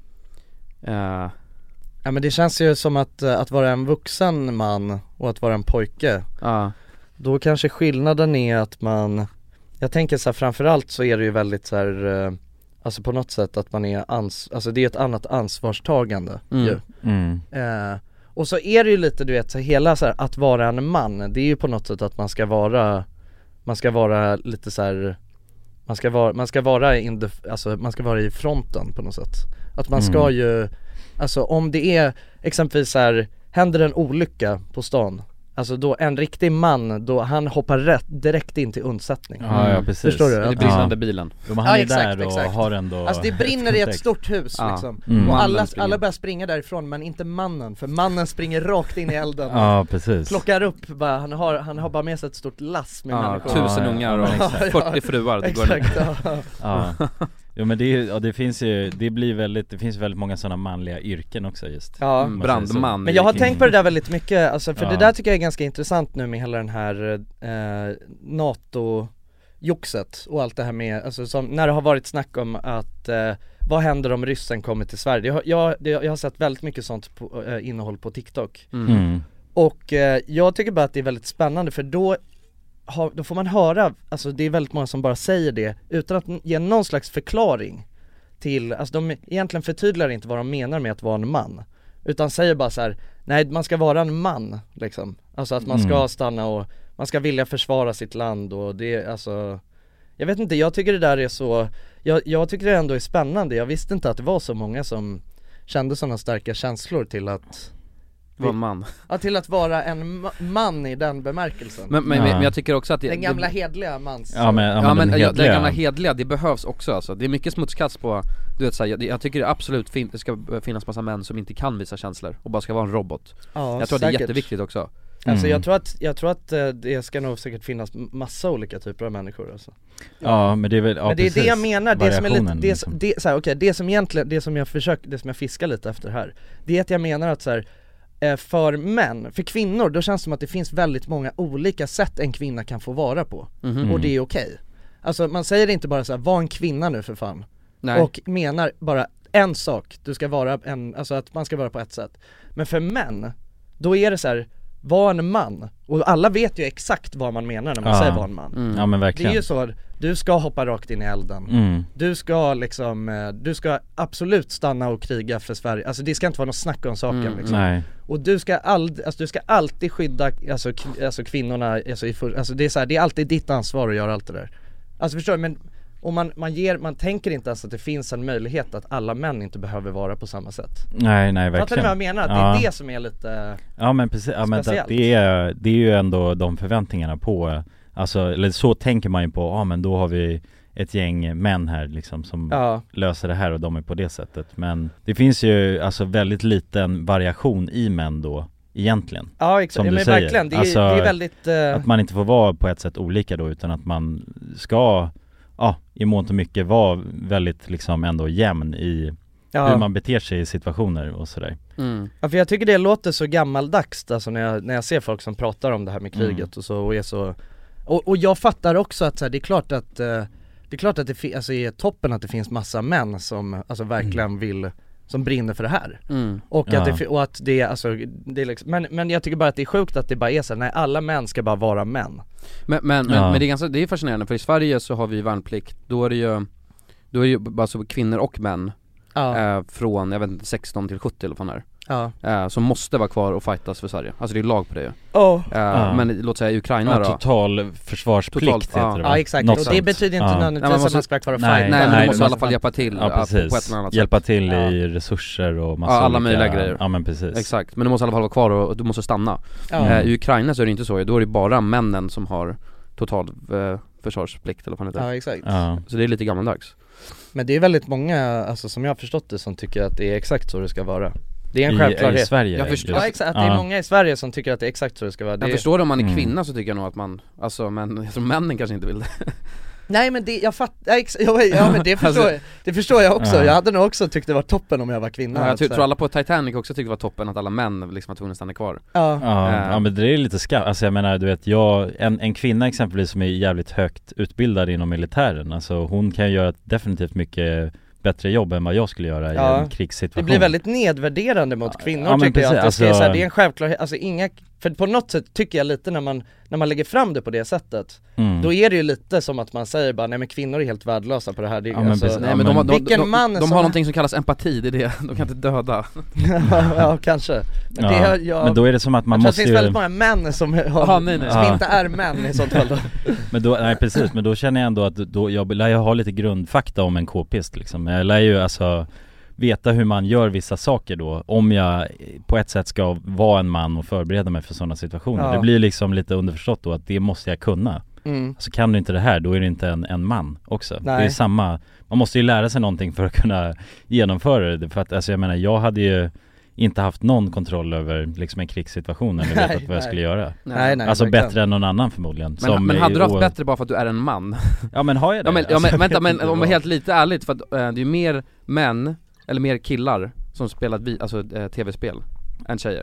ja, men det känns ju som att vara en vuxen man och att vara en pojke. Ja. Då kanske skillnaden är att man, jag tänker så här, framförallt så är det ju väldigt så här, alltså på något sätt att man är alltså det är ett annat ansvarstagande ju. Och så är det ju lite, du vet, så hela så här, att vara en man, det är ju på något sätt att man ska vara lite så här, man ska vara i fronten på något sätt. Att man ska ju, alltså om det är exempelvis så här, händer en olycka på stan, alltså då en riktig man, då han hoppar direkt in till undsättning. Ja, precis. Förstår du? Det brinner bilen. Han är där och har ändå, alltså det brinner i ett stort hus liksom. Och alla börjar springa därifrån, men inte mannen, för mannen springer rakt in i elden. Ja, precis. Plockar upp bara, han har bara med sig ett stort lass med människor. 1000 ungar och 40 fruar. Exakt. Ja. Jo, men det finns ju, det finns väldigt många sådana manliga yrken också just. Ja, brandman. Men jag har tänkt på det där väldigt mycket, alltså, för det där tycker jag är ganska intressant nu med hela den här NATO-joxet och allt det här med, alltså som, när det har varit snack om att vad händer om ryssen kommer till Sverige? Jag har sett väldigt mycket sånt innehåll på TikTok. Och jag tycker bara att det är väldigt spännande, för då får man höra, alltså det är väldigt många som bara säger det utan att ge någon slags förklaring till, alltså de egentligen förtydligar inte vad de menar med att vara en man, utan säger bara så här: nej, man ska vara en man liksom, alltså att man ska stanna och man ska vilja försvara sitt land, och det, alltså jag vet inte, jag tycker det där är så, jag tycker det ändå är spännande. Jag visste inte att det var så många som kände sådana starka känslor till att vara en man. Ja, till att vara en man i den bemärkelsen. Men jag tycker också att den gamla hedliga mans. Den gamla hedliga, det behövs också alltså. Det är mycket smutskast på, du vet så här, jag tycker det absolut det ska finnas massa män som inte kan visa känslor och bara ska vara en robot. Ja, jag tror att det är jätteviktigt också. Alltså jag tror att det ska nog säkert finnas massa olika typer av människor alltså. Ja, men det är väl, ja, men det är det jag menar, det som är lite liksom. så här, okej, det som egentligen, det som jag fiskar lite efter här, det är att jag menar att så här, för män, för kvinnor, då känns det som att det finns väldigt många olika sätt en kvinna kan få vara på. Och det är okej. Alltså man säger inte bara så här: var en kvinna nu för fan. Nej. Och menar bara en sak, du ska vara alltså att man ska vara på ett sätt. Men för män, då är det så här: var en man. Och alla vet ju exakt vad man menar när man säger var en man. Ja, men verkligen. Det är ju så, du ska hoppa rakt in i elden. Du ska liksom, du ska absolut stanna och kriga för Sverige. Alltså det ska inte vara något snack om saken liksom. Nej. Och du ska alltid skydda alltså kvinnorna, alltså det är så här, det är alltid ditt ansvar att göra allt det där. Alltså förstår du, men och man tänker inte ens att det finns en möjlighet att alla män inte behöver vara på samma sätt. Nej, verkligen. Fattar du vad jag menar? Att det är det som är lite men precis, men det är ju ändå de förväntningarna på, alltså, eller så tänker man ju på, men då har vi ett gäng män här liksom som löser det här och de är på det sättet. Men det finns ju alltså väldigt liten variation i män då egentligen. Ja, exakt. Men säger. Verkligen, det är väldigt att man inte får vara på ett sätt olika då, utan att man ska i mångt och mycket vara väldigt liksom ändå jämn i hur man beter sig i situationer och sådär. Ja, för jag tycker det låter så gammaldags alltså när jag ser folk som pratar om det här med kriget och så, och är så, och jag fattar också att så här, det är klart att det alltså är toppen att det finns massa män som alltså verkligen vill, som brinner för det här. Och att det alltså det är liksom, men jag tycker bara att det är sjukt att det bara är så här: nej, alla män ska bara vara män. Men det är fascinerande, för i Sverige så har vi värnplikt, då är det ju bara så kvinnor och män från, jag vet inte, 16 till 70 eller vad fan är. Som måste vara kvar och fightas för Sverige. Alltså det är lag på det ju. Men låt säga Ukraina då. Total försvarsplikt heter det, va? Ja, exakt. Och det betyder inte nödvändigtvis att man ska vara kvar och fighta. Nej, men du måste i alla fall hjälpa till på ett eller annat sätt. Hjälpa till i resurser och massa alla möjliga grejer. Ja, men precis. Exakt. Men du måste i alla fall vara kvar och du måste stanna. I Ukraina så är det inte så. Då är det bara männen som har total försvarsplikt eller vad det heter. Ja, exakt. Så det är lite gammaldags. Men det är väldigt många, alltså som jag har förstått det, som tycker att det är exakt så det ska vara. Det är en självklarhet. I Sverige. Jag förstår exakt, att det är många i Sverige som tycker att det är exakt så det ska vara. Jag förstår om man är kvinna så tycker jag nog att man, alltså, men jag tror männen kanske inte vill det. Nej men det, jag fattar, men det förstår jag också. Jag hade nog också tyckt det var toppen om jag var kvinna. Jag tror alla på Titanic också tyckte det var toppen att alla män liksom var tvungna att stanna kvar. Ja, men det är lite alltså jag menar, du vet, en kvinna exempelvis som är jävligt högt utbildad inom militären, alltså hon kan göra definitivt mycket bättre jobb än vad jag skulle göra i en krigssituation. Det blir väldigt nedvärderande mot kvinnor, tycker jag. Att det är en självklarhet, alltså för på något sätt tycker jag lite när man lägger fram det på det sättet, då är det ju lite som att man säger bara, nej men kvinnor är helt värdelösa på det här. De har någonting som kallas empati, det är det. De kan inte döda. Ja, kanske. Men då är det som att man måste det finns väldigt många män som inte är män i sånt fall då. Men då, nej precis, men då känner jag ändå att jag lär ju ha lite grundfakta om en k-pist liksom. Jag lär ju alltså veta hur man gör vissa saker då, om jag på ett sätt ska vara en man och förbereda mig för sådana situationer. Det blir liksom lite underförstått då att det måste jag kunna. Alltså kan du inte det här, då är det inte en man också. Nej. Det är samma, man måste ju lära sig någonting för att kunna genomföra det. För att alltså jag menar, jag hade ju inte haft någon kontroll över liksom en krigssituation eller vetat vad jag skulle göra. Nej, alltså bättre än någon annan förmodligen. Men hade du haft bättre bara för att du är en man? Ja men har jag det? Men om helt lite ärligt, för att det är mer män eller mer killar som spelat tv-spel än tjejer.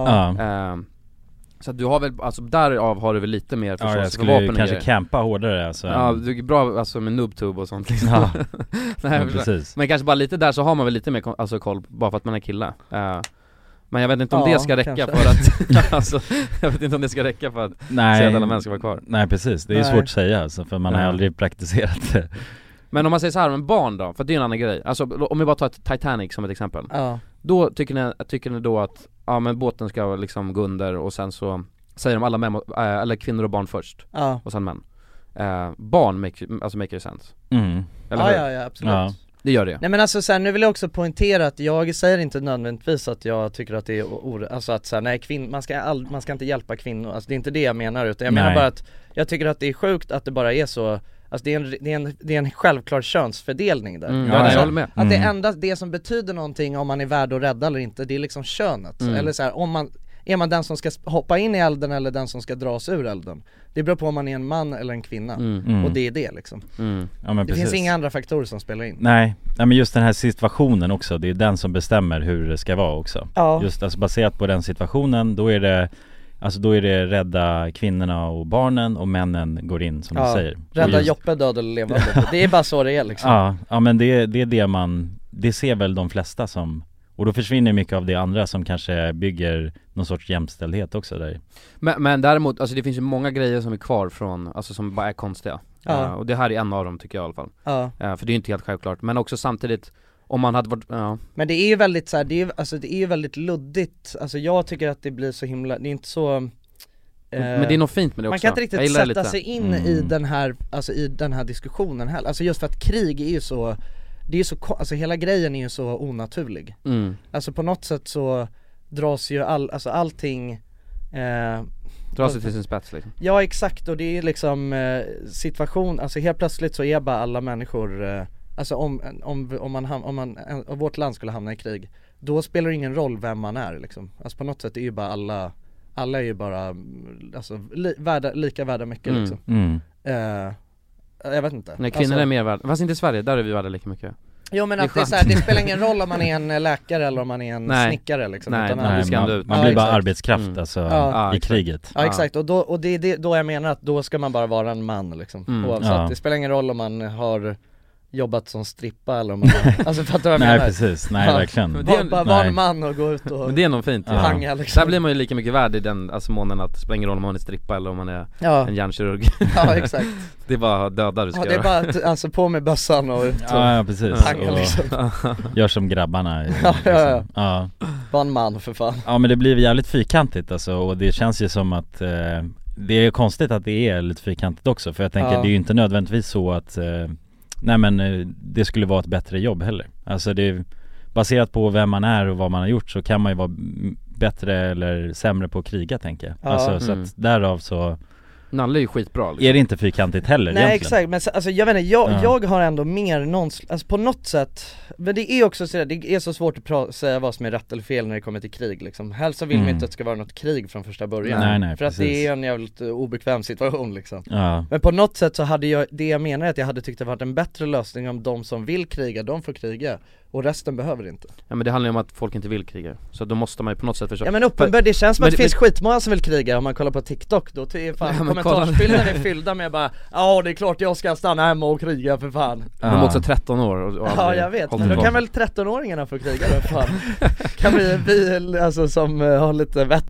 Så att du har väl, alltså därav har du väl lite mer förståelse. Jag skulle kanske campa hårdare alltså. Ja, du är bra alltså med noobtube och sånt liksom. Nej, precis. Men kanske bara lite där så har man väl lite mer alltså koll bara för att man är kille. Men jag vet inte om det ska räcka kanske. För att alltså, jag vet inte om det ska räcka för att säga att alla män ska vara kvar. Nej precis, det är svårt att säga alltså, för man har aldrig praktiserat det. Men om man säger så här om en barn då, för det är en annan grej. Alltså om vi bara tar Titanic som ett exempel. Då tycker ni då att men båten ska liksom gå under och sen så säger de alla män, eller kvinnor och barn först. Och sen män. Barn make sense. Eller ja, absolut. Ja. Det gör det. Nej men alltså så här, nu vill jag också poängtera att jag säger inte nödvändigtvis att jag tycker att det är alltså att så här, nej, man ska inte hjälpa kvinnor. Alltså det är inte det jag menar, utan jag menar bara att jag tycker att det är sjukt att det bara är så. Alltså det är en självklar könsfördelning där. Jag håller med. Att det enda det som betyder någonting om man är värd att rädda eller inte, det är liksom könet. Eller så här, är man den som ska hoppa in i elden eller den som ska dras ur elden. Det beror på om man är en man eller en kvinna. Och det är det liksom. Ja, men det finns inga andra faktorer som spelar in. Nej, men just den här situationen också, det är den som bestämmer hur det ska vara också. Just alltså baserat på den situationen, då är det rädda kvinnorna och barnen, och männen går in som du säger. Rädda Joppe död eller levande. Det är bara så det är liksom. Ja men det är det ser väl de flesta som. Och då försvinner mycket av det andra som kanske bygger någon sorts jämställdhet också där. Men däremot, alltså det finns ju många grejer som är kvar från, alltså som bara är konstiga. Och det här är en av dem tycker jag i alla fall. För det är ju inte helt självklart. Men också samtidigt, om man hade varit, Men det är ju väldigt så här, det är ju väldigt luddigt. Alltså jag tycker att det blir så himla, det är inte så men det är nog fint med det också. Man kan inte riktigt sätta sig in i den här diskussionen heller. Alltså just för att krig är ju så, det är så, alltså hela grejen är ju så onaturlig. Alltså på något sätt så dras ju allting dras till sin spets liksom. Ja exakt, och det är liksom situation, alltså helt plötsligt så är bara alla människor alltså om vårt land skulle hamna i krig, då spelar det ingen roll vem man är liksom. Alltså på något sätt är ju bara alla är ju bara alltså lika värda mycket liksom. Jag vet inte. Nej, kvinnor är mer värda. Fast inte i Sverige, där är vi värda lika mycket. Jo men att det är så här, det spelar ingen roll om man är en läkare eller om man är en snickare liksom. Nej, man blir bara arbetskraft alltså i kriget. Ja exakt, och det är då jag menar att då ska man bara vara en man liksom. Oavsett, det spelar ingen roll om man har jobbat som strippa eller om man alltså fattar vad jag menar. Nej precis, nej verkligen. Bara vara en man och gå ut och men det är nog fint hanga liksom. Där blir man ju lika mycket värd i den alltså månen att det spelar ingen roll om man är strippa eller om man är en hjärnkirurg. Ja exakt. Det är bara döda du ska göra. Det är bara alltså på med bössan och ut och ja precis. Hanga, liksom. Gör som grabbarna. Ja. Var en man för fan. Ja men det blir jävligt fyrkantigt alltså, och det känns ju som att det är konstigt att det är lite fyrkantigt också, för jag tänker det är ju inte nödvändigtvis så att nej men det skulle vara ett bättre jobb heller. Alltså det är baserat på vem man är och vad man har gjort, så kan man ju vara bättre eller sämre på att kriga tänker jag. Alltså så att därav så Nalle är ju skitbra liksom. Är det inte fyrkantigt heller? Nej egentligen? exakt, men alltså, jag vet inte, jag har ändå mer alltså på något sätt. Men det är också så, det är så svårt att säga vad som är rätt eller fel när det kommer till krig liksom. Helst så vill man inte att det ska vara något krig från första början. Nej, för att det är en jävligt obekväm situation liksom. Ja. Men på något sätt så hade jag menar att jag hade tyckt det varit en bättre lösning om de som vill kriga, de får kriga. Och resten behöver inte. Ja, men det handlar ju om att folk inte vill kriga. Så då måste man ju på något sätt försöka. Ja, men uppenbart, det känns som att det finns skitmånga som vill kriga. Om man kollar på TikTok, då är fan kommentarsbilderna är fyllda med bara det är klart jag ska stanna hemma och kriga för fan. De är också 13 år och ja, jag vet, men då kan väl 13-åringarna få kriga då, fan. Kan vi alltså som har lite vett.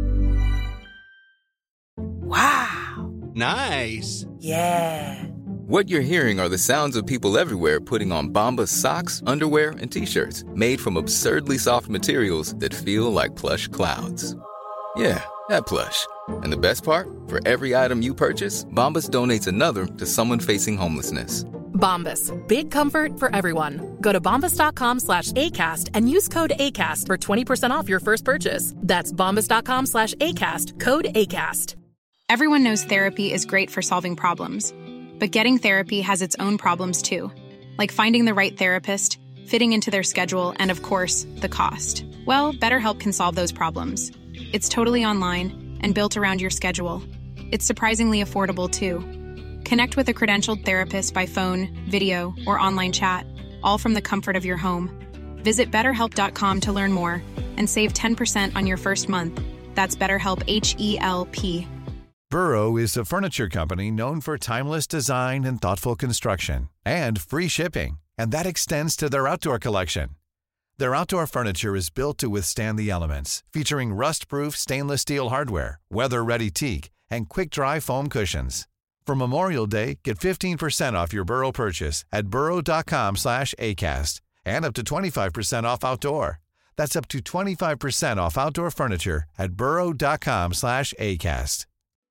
Wow! Nice! Yeah! What you're hearing are the sounds of people everywhere putting on Bombas socks, underwear, and T-shirts made from absurdly soft materials that feel like plush clouds. Yeah, that plush. And the best part? For every item you purchase, Bombas donates another to someone facing homelessness. Bombas, big comfort for everyone. Go to bombas.com/ACAST and use code ACAST for 20% off your first purchase. That's bombas.com/ACAST, code ACAST. Everyone knows therapy is great for solving problems. But getting therapy has its own problems too, like finding the right therapist, fitting into their schedule, and of course, the cost. Well, BetterHelp can solve those problems. It's totally online and built around your schedule. It's surprisingly affordable too. Connect with a credentialed therapist by phone, video, or online chat, all from the comfort of your home. Visit BetterHelp.com to learn more and save 10% on your first month. That's BetterHelp, H-E-L-P. Burrow is a furniture company known for timeless design and thoughtful construction, and free shipping, and that extends to their outdoor collection. Their outdoor furniture is built to withstand the elements, featuring rust-proof stainless steel hardware, weather-ready teak, and quick-dry foam cushions. For Memorial Day, get 15% off your Burrow purchase at burrow.com/ACAST, and up to 25% off outdoor. That's up to 25% off outdoor furniture at burrow.com/ACAST.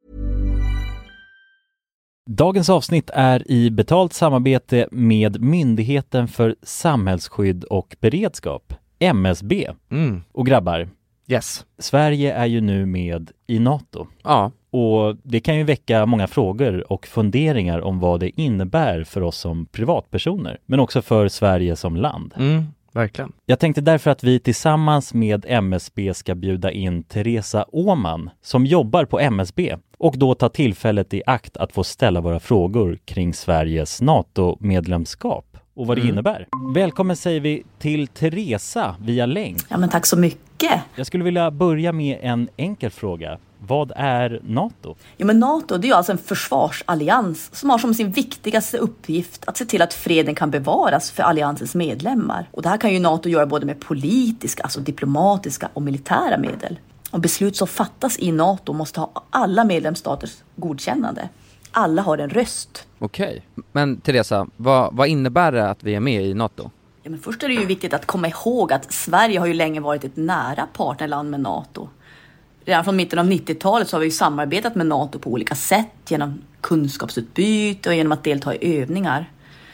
Dagens avsnitt är i betalt samarbete med Myndigheten för samhällsskydd och beredskap, MSB. Och grabbar, yes. Sverige är ju nu med i NATO. Ja. Och det kan ju väcka många frågor och funderingar om vad det innebär för oss som privatpersoner, men också för Sverige som land. Verkligen. Jag tänkte därför att vi tillsammans med MSB ska bjuda in Teresa Åman som jobbar på MSB och då ta tillfället i akt att få ställa våra frågor kring Sveriges NATO-medlemskap och vad det innebär. Välkommen säger vi till Teresa via länk. Ja, men tack så mycket. Jag skulle vilja börja med en enkel fråga. Vad är NATO? Ja, men NATO, det är ju alltså en försvarsallians som har som sin viktigaste uppgift att se till att freden kan bevaras för alliansens medlemmar. Och det här kan ju NATO göra både med politiska, alltså diplomatiska och militära medel. Och beslut som fattas i NATO måste ha alla medlemsstaters godkännande. Alla har en röst. Okej. Men Teresa, vad innebär det att vi är med i NATO? Ja, men först är det ju viktigt att komma ihåg att Sverige har ju länge varit ett nära partnerland med NATO. Redan från mitten av 90-talet så har vi ju samarbetat med NATO på olika sätt genom kunskapsutbyte och genom att delta i övningar.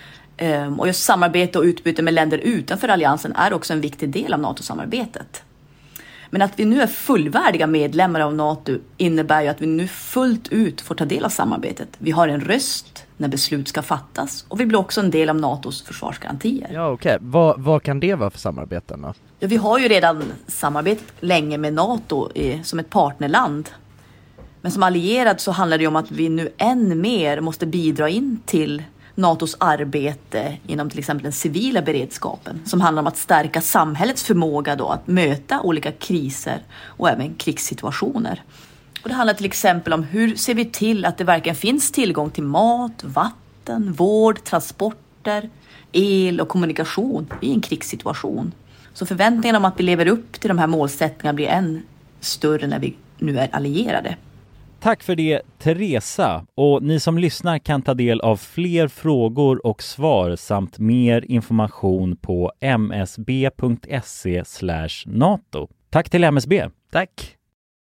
Och just samarbete och utbyte med länder utanför alliansen är också en viktig del av NATO-samarbetet. Men att vi nu är fullvärdiga medlemmar av NATO innebär ju att vi nu fullt ut får ta del av samarbetet. Vi har en röst när beslut ska fattas och vi blir också en del av NATOs försvarsgarantier. Ja, okej. Vad kan det vara för samarbeten då? Ja, vi har ju redan samarbetat länge med NATO som ett partnerland. Men som allierad så handlar det om att vi nu än mer måste bidra in till NATOs arbete inom till exempel den civila beredskapen som handlar om att stärka samhällets förmåga då att möta olika kriser och även krigssituationer. Och det handlar till exempel om hur ser vi till att det verkligen finns tillgång till mat, vatten, vård, transporter, el och kommunikation i en krigssituation. Så förväntningarna om att vi lever upp till de här målsättningarna blir än större när vi nu är allierade. Tack för det, Teresa. Och ni som lyssnar kan ta del av fler frågor och svar samt mer information på msb.se/NATO. Tack till MSB. Tack.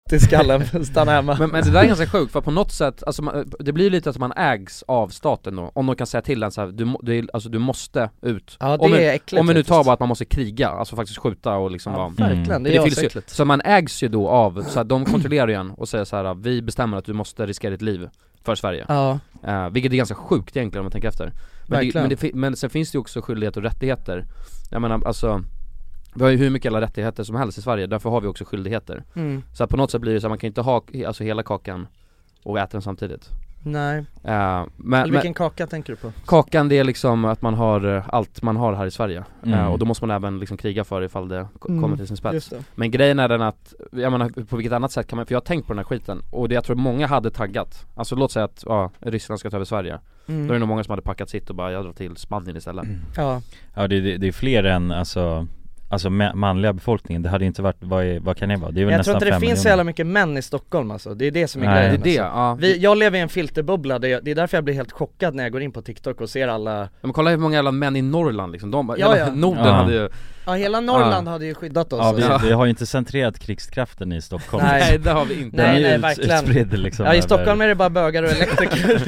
till skallen, stanna hemma. Men det där är ganska sjukt, för på något sätt, alltså, det blir ju lite att man ägs av staten då. Om de kan säga till en så här, du måste ut. Ja, det är äckligt. Om vi nu tar bara att man måste kriga, alltså faktiskt skjuta och liksom vara... Verkligen, det är äckligt. Så man ägs ju då av, så att de kontrollerar igen och säger så här: vi bestämmer att du måste riskera ditt liv för Sverige. Ja. Vilket är ganska sjukt egentligen om man tänker efter. Men sen finns det ju också skyldigheter och rättigheter. Jag menar, alltså, vi har ju hur mycket jävla rättigheter som helst i Sverige, därför har vi också skyldigheter. Så att på något sätt blir det så att man kan inte ha alltså hela kakan och äta den samtidigt. Nej. Eller vilken kaka tänker du på? Kakan, det är liksom att man har allt man har här i Sverige. Och då måste man även liksom kriga för ifall det kommer till sin spets. Men grejen är den att, jag menar, på vilket annat sätt kan man, för jag har tänkt på den här skiten, och det jag tror många hade taggat. Alltså låt säga att Ryssland ska ta över Sverige. Då är det nog många som hade packat sitt och bara, jag drar till Spanien istället. Ja, det är fler än alltså manliga befolkningen. Det hade inte varit, vad kan det vara? Det är väl jag nästan 5 miljoner. Jag tror inte det finns så jävla mycket män i Stockholm alltså. Det är det som är grejen. Det är det, jag lever i en filterbubbla. Det är därför jag blir helt chockad när jag går in på TikTok och ser alla... Men kolla hur många jävla män i Norrland liksom. Norden hade ju... Ja, hela Norrland hade ju skyddat oss. Ja, vi har ju inte centrerat krigskraften i Stockholm. Nej, det har vi inte. Nej, verkligen. Utspridd, liksom, i Stockholm är det bara bögar och elektriker.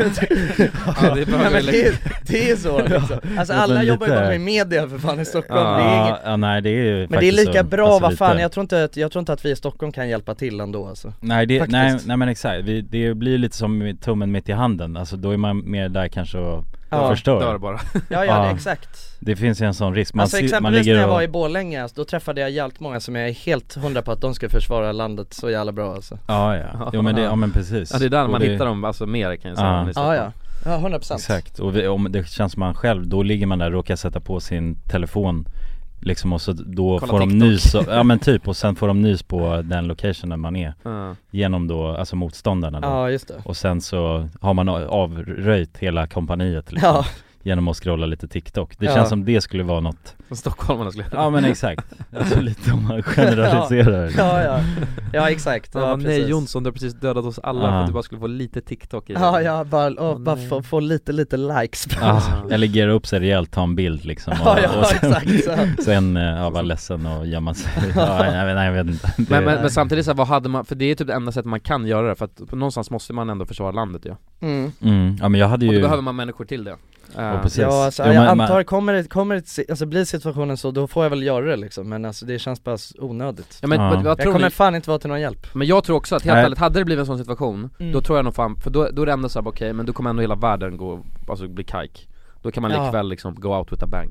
Det är så liksom. Alltså alla jobbar ju bara med media för fan i Stockholm. Nej, det är ju men det är lika bra, vad fan. Jag tror inte att vi i Stockholm kan hjälpa till ändå alltså. Nej, men exakt. Det blir lite som tummen mitt i handen. Alltså då är man mer där kanske och förstör. Dör bara. Ja, exakt. Det finns ju en sån risk. Alltså exempelvis när jag var i Borlänge, då träffade jag jävligt många som jag är helt 100 på att de ska försvara landet så jävla bra alltså. Jo men precis. Ja, det är där man hittar dem, alltså mer kan jag säga. Ja, 100%. Exakt, och om det känns som man själv, då ligger man där och råkar sätta på sin telefon liksom, och så då kolla får TikTok. de nys ja men typ, och sen får de nys på den locationen man är genom då, alltså motståndarna då. Ja, just det. Och sen så har man avröjt hela kompaniet liksom, genom att scrolla lite TikTok. Det känns som det skulle vara något stockholmarna skulle. Ja men exakt. Alltså lite om man generaliserar. Ja exakt. Nej Jonsson, du har precis dödat oss alla för att du bara skulle få lite TikTok i det. Bara få lite likes. Jag lägger upp sig rejält, ta en bild liksom. Och sen vara ledsen och gömma sig. Jag vet inte. Men samtidigt så här, vad hade man, för det är typ det enda sättet man kan göra det, för att någonstans måste man ändå försvara landet ju. Ja men jag hade ju... Och då behöver man människor till det. Alltså, jag antar, kommer blir situationen så, då får jag väl göra det liksom. Men alltså det känns bara onödigt. Jag kommer fan inte vara till någon hjälp. Men jag tror också att helt ärligt, hade det blivit en sån situation, då tror jag nog fan, för då är det ändå så här, okej, men då kommer ändå hela världen gå, alltså bli kajk. Då kan man likväl liksom go out with a bang.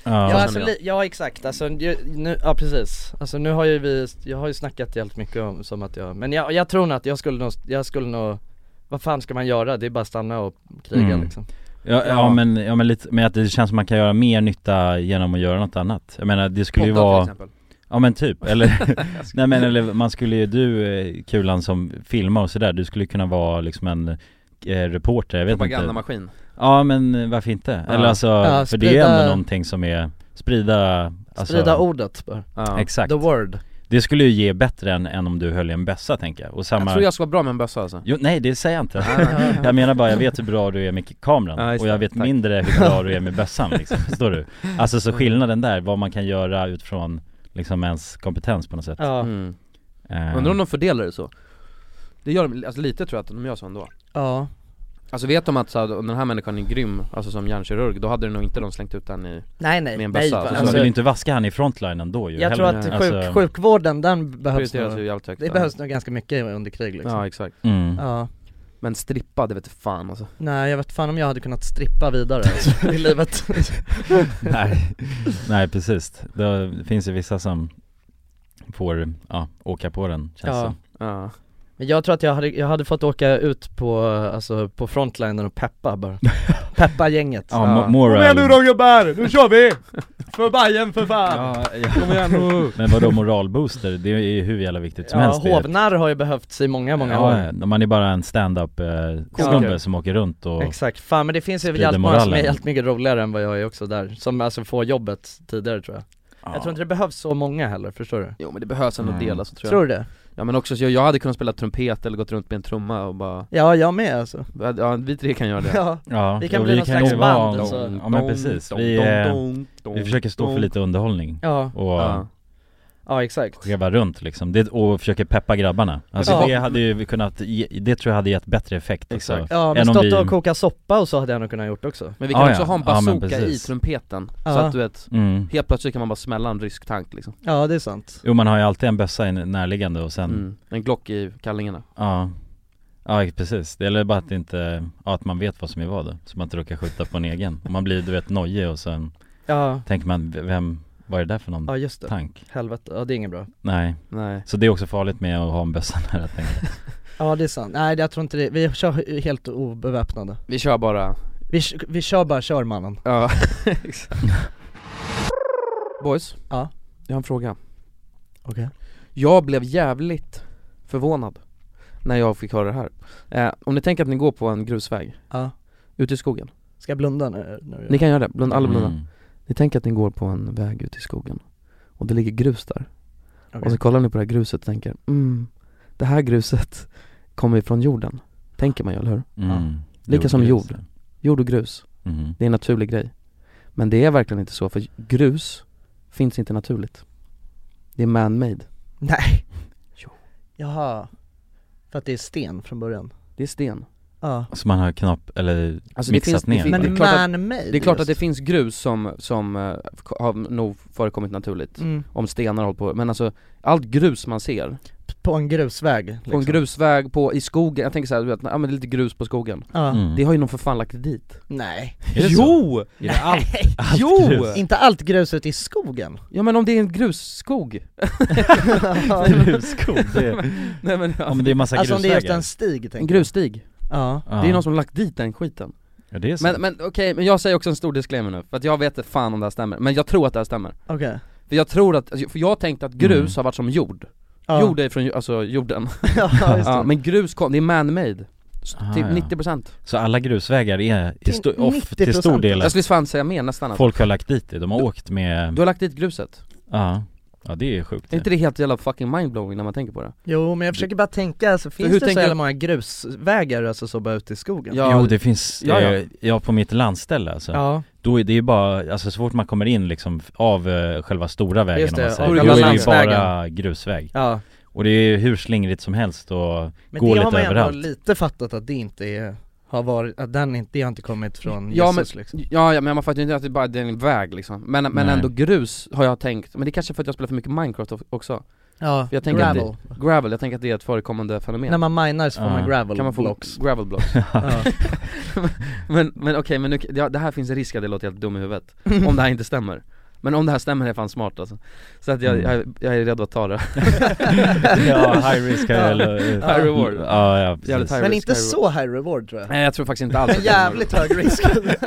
Exakt, alltså nu, precis. Alltså nu har ju jag har ju snackat jävligt mycket om, som att men jag tror nog att jag skulle nog, vad fan ska man göra? Det är bara stanna och kriga liksom. Men lite, men att det känns som man kan göra mer nytta genom att göra något annat. Jag menar, det skulle ju vara... Ja men typ, eller nej men eller man skulle ju, du Kulan som filmar och sådär, du skulle kunna vara liksom en reporter, jag vet inte. Propagandamaskin. Ja men varför inte? Eller alltså, för det är ändå någonting som är sprida ordet bara. Exakt. The word. Det skulle ju ge bättre än om du höll i en bössa, tänker jag. Och samma... Jag tror jag ska vara bra med en bössa alltså. Jo, nej det säger jag inte. Jag menar bara, jag vet hur bra du är med kameran. Och jag vet mindre hur bra du är med bössan liksom. Förstår du? Alltså så skillnaden där, vad man kan göra utifrån liksom ens kompetens på något sätt. Undrar om de fördelar det så. Det gör de, alltså lite tror jag att de gör så ändå. Ja. Alltså vet de att så, den här människan är grym, alltså som hjärnkirurg, då hade det nog inte de slängt ut den i med en bössa. Alltså, man vill ju inte vaska han i frontlinen då ju. Jag tror att sjukvården, den behövs nog, det behövs nog ganska mycket under krig liksom. Ja, exakt. Ja. Men strippa, det vet fan alltså. Nej, jag vet fan om jag hade kunnat strippa vidare alltså, i livet. Nej, precis. Det finns ju vissa som får åka på den, känns som. Ja. Jag tror att jag hade fått åka ut på frontlinen och peppa bara. Peppa gänget. Kom igen nu då gubbar, nu kör vi! För Bayern för fan! Kom igen nu! Men vadå moralbooster? Det är ju hur jävla viktigt som helst. Hovnar har ju behövts i många år. Man är bara en stand-up snubbe som åker runt och... Exakt, fan men det finns ju jävligt många som är helt mycket roligare än vad jag är också där. Som alltså får jobbet tidigare tror jag. Jag tror inte det behövs så många heller, förstår du? Jo men det behövs ändå delas så tror jag. Tror du det? Ja men också, jag hade kunnat spela trumpet eller gått runt med en trumma och bara... Ja, jag med alltså. Ja, vi tre kan göra det. Ja, vi kan bli någon slags band Ja men precis, vi försöker stå för lite underhållning. Ja. Ja, exakt. Skickar bara runt liksom, och försöker peppa grabbarna. Alltså det hade ju kunnat, det tror jag hade gett bättre effekt. Exakt. Ja, men stått och koka soppa och så hade jag nog kunnat gjort också. Men vi kan också ha en bazooka i trumpeten. Så att du vet, helt plötsligt kan man bara smälla en rysk tank liksom. Ja, det är sant. Jo, man har ju alltid en bössa i närliggande och sen en Glock i kallingarna. Ja, precis. Det gäller bara att inte, att man vet vad som är vad då, så man inte råkar skjuta på en egen. Och man blir, du vet, nojig och sen tänker man, vad är det där för någon tank? Helvete, det är inget bra. Nej. Så det är också farligt med att ha en bössa nära, tänker jag. Ja, det är sant. Nej, jag tror inte det. Vi kör helt obeväpnade. Vi kör bara Vi kör bara körmannen. Ja, exakt. Boys, jag har en fråga. Okej. Jag blev jävligt förvånad när jag fick höra det här. Om ni tänker att ni går på en grusväg ute i skogen. Ska jag blunda nu? Ni kan göra det, alla blunda. Ni tänker att ni går på en väg ute i skogen och det ligger grus där. Och så kollar ni på det här gruset och tänker det här gruset kommer ifrån jorden. Tänker man ju, eller hur? Lika som jord och grus. Det är en naturlig grej. Men det är verkligen inte så, för grus finns inte naturligt. Det är man-made. Nej. Jo. Jaha. För att det är sten från början. Det är sten. Ja. Så man har eller mixat ner. Men det är klart att det finns grus som har nog förekommit naturligt. Om stenar håller på. Men alltså, allt grus man ser på en grusväg liksom. På en grusväg, i skogen. Jag tänker så här, du vet, men det är lite grus på skogen. Det har ju någon för fan lagt dit. Nej. Jo! Är det allt jo! Grus? Inte allt grus ute i skogen. Ja, men om det är en grusskog. Grusskog? Nej, men om det är massa grusvägar. Alltså om det är just en stig, tänker en grusstig. Ja. Det är någon som lagt dit den skiten. Ja, det är så. Men okej, men jag säger också en stor disclaimer nu, för att jag vet inte fan om det här stämmer. Men jag tror att det här stämmer. Okej. För jag tror att, för jag tänkte att grus har varit som jord. Jord är från, alltså jorden. Men grus det är man-made. Typ 90%. Så alla grusvägar är till stor del. Jag skulle fan säga mer nästan. Folk har lagt dit det, de har åkt med. Du har lagt dit gruset. Ja, det är sjukt. Är inte det helt jävla fucking mindblowing när man tänker på det? Jo, men jag försöker bara tänka, alltså, finns det så jävla många grusvägar alltså, så bara ute i skogen? Ja, jo, det finns, på mitt landställe alltså. Ja. Då är det ju bara, alltså så fort man kommer in liksom av själva stora vägen, just det, då är det ju bara grusväg. Ja. Och det är hur slingrigt som helst och gå lite överallt. Men det har man överallt. Lite fattat att det inte är, har varit, att det har inte kommit från Jesus liksom. Ja, men man fattar ju inte att det bara är en väg liksom. Men ändå grus har jag tänkt, men det är kanske för att jag spelar för mycket Minecraft också. Ja, jag tänker gravel, jag tänker att det är ett förekommande fenomen. När man minar så får man gravel kan man få blocks. Gravel blocks. Men okej, men nu, det här finns en risk att det låter helt dum i huvudet om det här inte stämmer. Men om det här stämmer är jag fan smart alltså. Så att jag är redo att ta det. Ja, high risk eller high reward. Ja, men inte så high reward tror jag. Nej, jag tror faktiskt inte alls. Jävligt hög risk.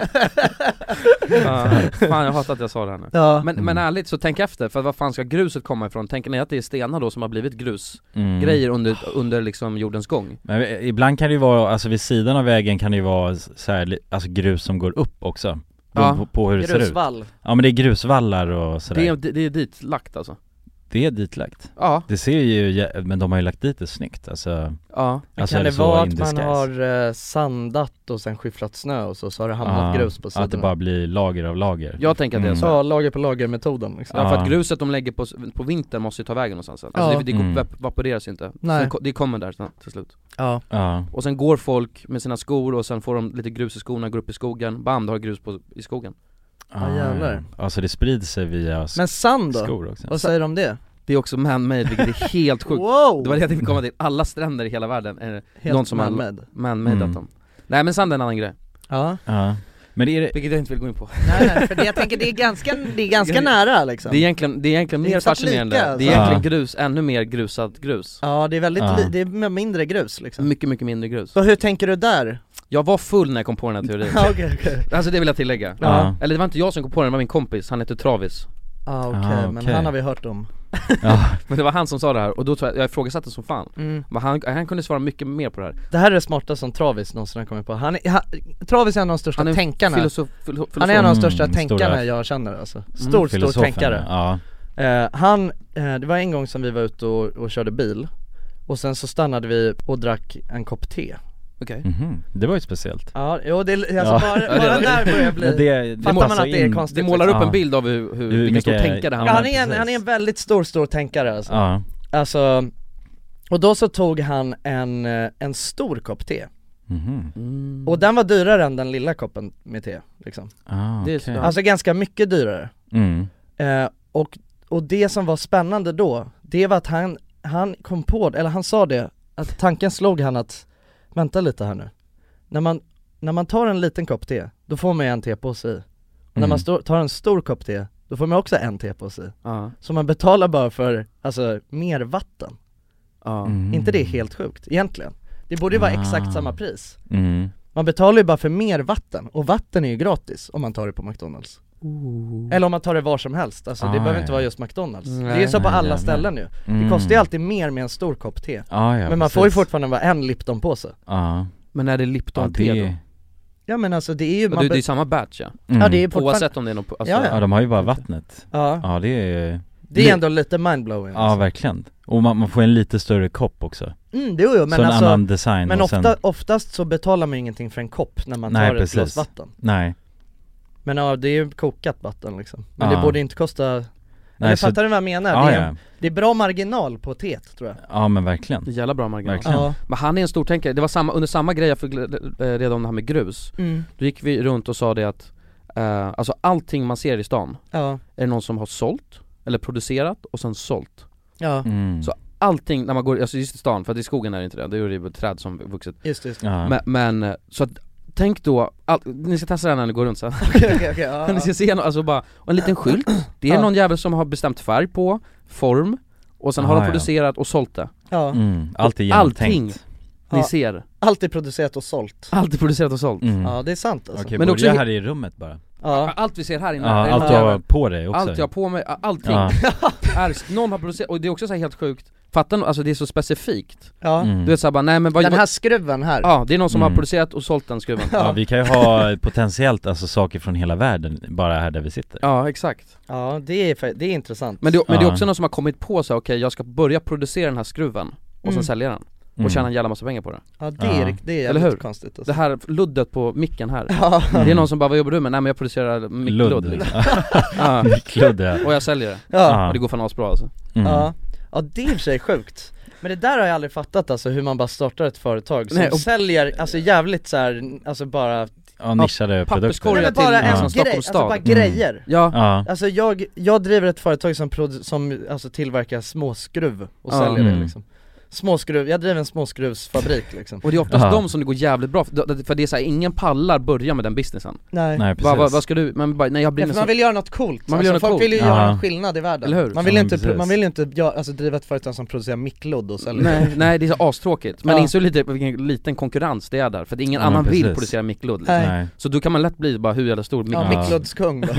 Fan, jag hatar att jag sa det här nu. Ja. Men ärligt, så tänk efter, för vad fan ska gruset komma ifrån? Tänker ni att det är stenar då som har blivit grusgrejer under liksom jordens gång? Men ibland kan det ju vara, alltså vid sidan av vägen kan det ju vara så här, alltså grus som går upp också. På hur det grusvall. Ser ut. Ja, men det är grusvallar och sådär. Det är ditlagt alltså. Det är ditlagt. Ja. Det ser ju, men de har ju lagt dit det snyggt alltså. Ja. Alltså, kan det vara att man har sandat och sen skyfflat snö och så har det hamnat grus på sidan? Att det bara blir lager av lager. Jag tänker att det är så. Ja, lager på lager metoden liksom. Ja, för att gruset de lägger på vintern måste ju ta vägen någonstans. Alltså det evaporeras ju inte. Så det kommer där till slut. Ja. Och sen går folk med sina skor och sen får de lite grus i skorna, går upp i skogen. Bam, då har grus i skogen. Ja, jävlar. Alltså det sprider sig via men sand då? Skor också. Vad säger de om det? Det är också man-made, vilket är helt sjukt. Wow. Det var det jag tänkte komma till. Alla stränder i hela världen är helt någon som man-made att dem. Nej, men sand är en annan grej. Ja. Men det är vilket jag inte vill gå in på. Nej, för jag tänker det är ganska nära liksom. Det är egentligen mer fascinerande. Lika, det är egentligen grus, ännu mer grusat grus. Ja, det är väldigt det är mindre grus liksom. Mycket, mycket mindre grus. Så hur tänker du där? Jag var full när jag kom på den här teorin. Okay. Alltså det vill jag tillägga. Eller det var inte jag som kom på den, det var min kompis, han heter Travis. Okej. Men han har vi hört om. Men det var han som sa det här, och då tror jag ifrågasatte som fan. Men han kunde svara mycket mer på det här. Det här är det smartaste som Travis någonsin har kommit på. Travis är en av de största tänkarna. Han är en av de största tänkarna jag känner alltså. Stor tänkare. Det var en gång som vi var ute och körde bil. Och sen så stannade vi och drack en kopp te. Okej. Det var ju speciellt. Ja, jo, det, alltså bara där börjar bli fattar man att det är konstigt. Det målar upp en bild av hur vilken stor tänkare han är. Han är en väldigt stor tänkare alltså. Alltså, och då så tog han en stor kopp te. Och den var dyrare än den lilla koppen med te liksom. Okay. Alltså ganska mycket dyrare. Och det som var spännande då, det var att han kom på, eller han sa det, att tanken slog han att vänta lite här nu. När man tar en liten kopp te, då får man en tepåse i. Och när man tar en stor kopp te, då får man också en tepåse i. Så man betalar bara för mer vatten. Inte det är helt sjukt egentligen. Det borde ju vara exakt samma pris. Man betalar ju bara för mer vatten. Och vatten är ju gratis om man tar det på McDonalds. Eller om man tar det var som helst. Alltså det behöver inte vara just McDonalds. Det är ju så på alla ställen nu. Det kostar ju alltid mer med en stor kopp te. Men man får ju fortfarande bara en Lipton-påse. Men är det Lipton-te då? Ja men alltså det är ju... det är ju samma batch ja. Ja det är fortfarande... Oavsett om det är något... Alltså... Ja de har ju bara vattnet. Ja det är... Det är ändå lite mindblowing. Ja verkligen. Och man får en lite större kopp också. Det är ju, men så en alltså, annan design. men oftast så betalar man ingenting för en kopp när man tar ett glas vatten. Nej. Men det är ju kokat vatten liksom. Men det borde inte kosta... Jag fattar du vad jag menar? Det är bra marginal på teet tror jag. Ja men verkligen. Jävla bra marginal. Men han är en stor tänkare. Det var under samma grej jag fick reda om det här med grus. Då gick vi runt och sa det att alltså allting man ser i stan är det någon som har sålt eller producerat och sen sålt. Så allting när man går, alltså just i stan, för att i skogen är det inte det är ju ett träd som vuxit. Just. Men så att tänk då, ni ska testa den när ni går runt sen. Okay, ni ska se alltså bara, och en liten skylt. Det är någon jävel som har bestämt färg på, form, och sen har de producerat och sålt det. Allt är genomtänkt. Allting ni ser. Allt är producerat och sålt. Allt är producerat och sålt. Ja, det är sant alltså. Okej, men också här i rummet bara. Allt vi ser här inne. Allt jag har på dig också. Allt jag har på mig, allting. Någon har producerat, och det är också så här helt sjukt. Fattar alltså det är så specifikt. Du vet så här bara, nej men den här skruven här. Ja, det är någon som har producerat och sålt den skruven. Ja, vi kan ju ha potentiellt alltså saker från hela världen bara här där vi sitter. Ja, exakt. Ja, det är intressant. Men det är också någon som har kommit på så okej, jag ska börja producera den här skruven och sen sälja den. Och tjäna en jävla massa pengar på det. Ja, det är eller hur? Konstigt alltså. Det här luddet på micken här. Det är någon som bara, vad jobbar du med? Nej men jag producerar mickludd liksom. Mickludd, och jag säljer det. Och det går fan asbra alltså. Ja, det är i och för sig sjukt. Men det där har jag aldrig fattat alltså, hur man bara startar ett företag som säljer, alltså jävligt så här, alltså bara nischade produkter. Papperskorgar till en grej, alltså bara grejer. Alltså jag driver ett företag som alltså tillverkar småskruv och säljer det liksom. Jag driver en småskruvsfabrik liksom. Och det är oftast de som det går jävligt bra för det är så här, ingen pallar börja med den businessen. Nej precis. Vad ska du, men bara, nej jag blir man vill göra något coolt. Folk vill ju göra en skillnad i världen. Eller hur? Man vill ju inte driva ett företag som producerar mickludd och säljer. Nej, det är så astråkigt. Men insåg lite vilken liten konkurrens det är där, för att ingen annan vill producera mickludd liksom. Så då kan man lätt bli bara hur jävla stor mickluddskung då.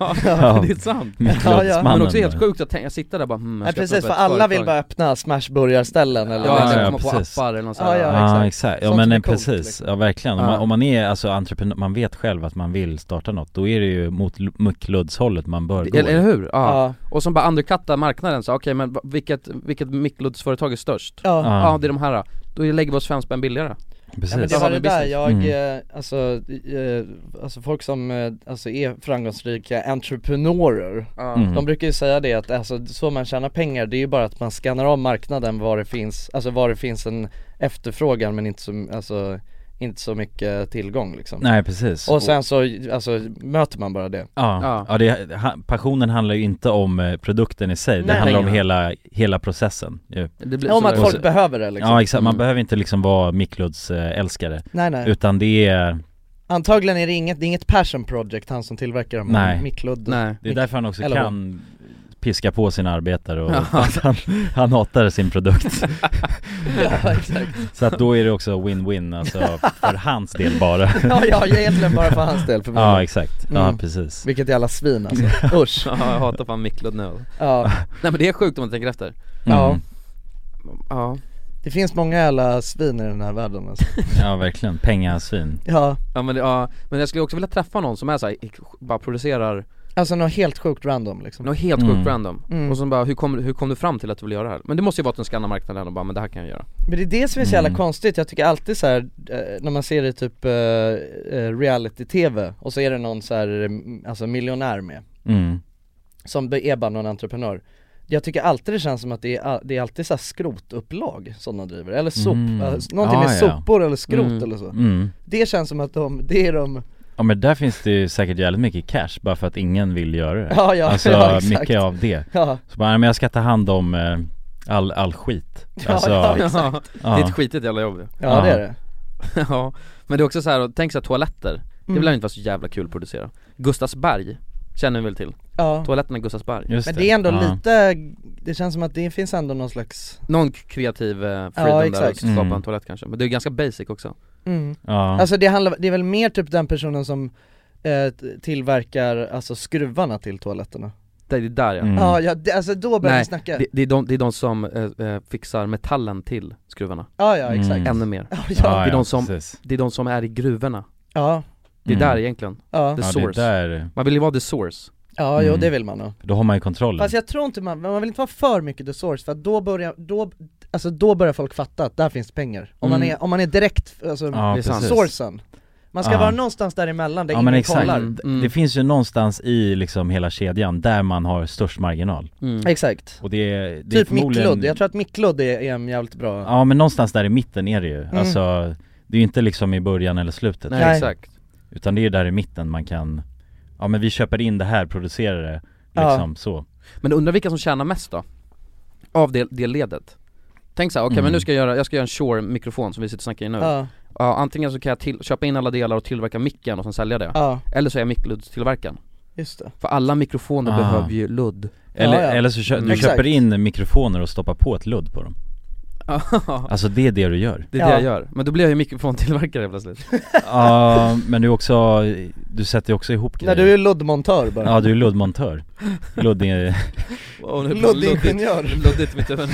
Det är sant. Men också helt sjukt att jag sitter där bara precis, för alla vill bara öppna smashburgarställen eller komma på appar eller något sånt. Exakt. Ja men precis, liksom. Ja verkligen. Om man är alltså entreprenör, man vet själv att man vill starta något, då är det ju mot mickluddshållet man bör gå. Eller hur? Ja. Och som bara undercutta marknaden så okej, men vilket mickluddsföretag är störst? Ja, det är de här. Då lägger vi oss 5 spänn billigare. Precis. Ja, men det var det där, alltså folk som alltså är framgångsrika entreprenörer, de brukar ju säga det att alltså, så man tjänar pengar, det är ju bara att man skannar av marknaden var det finns en efterfrågan men inte så mycket tillgång liksom. Nej precis. Och sen så alltså, möter man bara det. Passionen handlar ju inte om produkten i sig. Det handlar om hela processen. Om att folk behöver det liksom. Ja exakt, man behöver inte liksom vara mickludsälskare. Nej. Utan det är... Antagligen är det inget passion project han som tillverkar de mickludd. Nej, det är därför han också kan piska på sina arbetare och han hatar sin produkt. Ja, exakt. Så att då är det också win-win alltså för hans del bara. Ja, egentligen bara för hans del. Ja, exakt. Ja, precis. Vilket jävla svin alltså. Usch. Ja, jag hatar fan mickludd nu. Ja. Nej men det är sjukt om man tänker efter. Ja. Det finns många jävla svin i den här världen alltså. Ja, verkligen. Pengasvin. Ja. Men jag skulle också vilja träffa någon som är så här, bara producerar Alltså något helt sjukt random liksom. Något helt sjukt random. Och så bara, hur kom du fram till att du vill göra det här? Men det måste ju vara att de skannar marknaden och bara, men det här kan jag göra. Men det är det som är så jävla konstigt. Jag tycker alltid så här, när man ser det typ reality-tv och så är det någon så här, alltså miljonär med som är bara någon entreprenör. Jag tycker alltid det känns som att det är alltid så här skrotupplag som de driver. Eller någonting med sopor eller skrot eller så. Det känns som att det är de. Ja, men där finns det ju säkert jävligt mycket cash bara för att ingen vill göra det. Alltså mycket av det. Så bara, men jag ska ta hand om all skit. Alltså, det är ett skitigt jävla jobb. Ja, det är det. Ja, men det är också så här, tänk så här, toaletter. Det vill inte vara så jävla kul att producera. Gustavsberg känner vi väl till. Toaletterna i Gustavsberg. Men det är ändå lite, det känns som att det finns ändå någon kreativ freedom där att skapa en toalett kanske. Men det är ganska basic också. Alltså det är väl mer typ den personen som tillverkar alltså skruvarna till toaletterna. Det är där alltså då börjar vi snacka. Det är de som fixar metallen till skruvarna. Ja, exakt. Ännu mer. Det är de som är i gruvorna. Det är där egentligen. The source. Där. Man vill ju vara the source. Jo, det vill man då har man ju kontrollen. Fast jag tror inte man vill inte vara för mycket the source, för att då börjar folk fatta att där finns pengar. Om man är direkt sourcen. Man ska vara någonstans däremellan där ingen kollar. Det finns ju någonstans i liksom hela kedjan där man har störst marginal. Exakt. Och det är typ mickludd. Jag tror att mickludd är en jävligt bra. Ja, men någonstans där i mitten är det ju. Alltså det är ju inte liksom i början eller slutet. Nej, exakt. Utan det är där i mitten man kan, men vi köper in det här, producerar det liksom så. Men undrar vilka som tjänar mest då? Av det ledet. Tänk så här, okej, men nu ska jag göra en Shure-mikrofon som vi sitter och snackar i nu. Antingen så kan jag köpa in alla delar och tillverka micken och sen sälja det. Eller så är jag mickluddstillverkaren. Just det. För alla mikrofoner behöver ju ludd. Eller så köper in mikrofoner och stoppar på ett ludd på dem. Alltså det är det du gör. Det är det jag gör. Men då blir jag ju mikrofontillverkare plötsligt. Men du sätter ju också ihop grejer. Nej, du är luddmontör bara. Ja, du är luddmontör. Luddingenjör. Luddigt mitt över.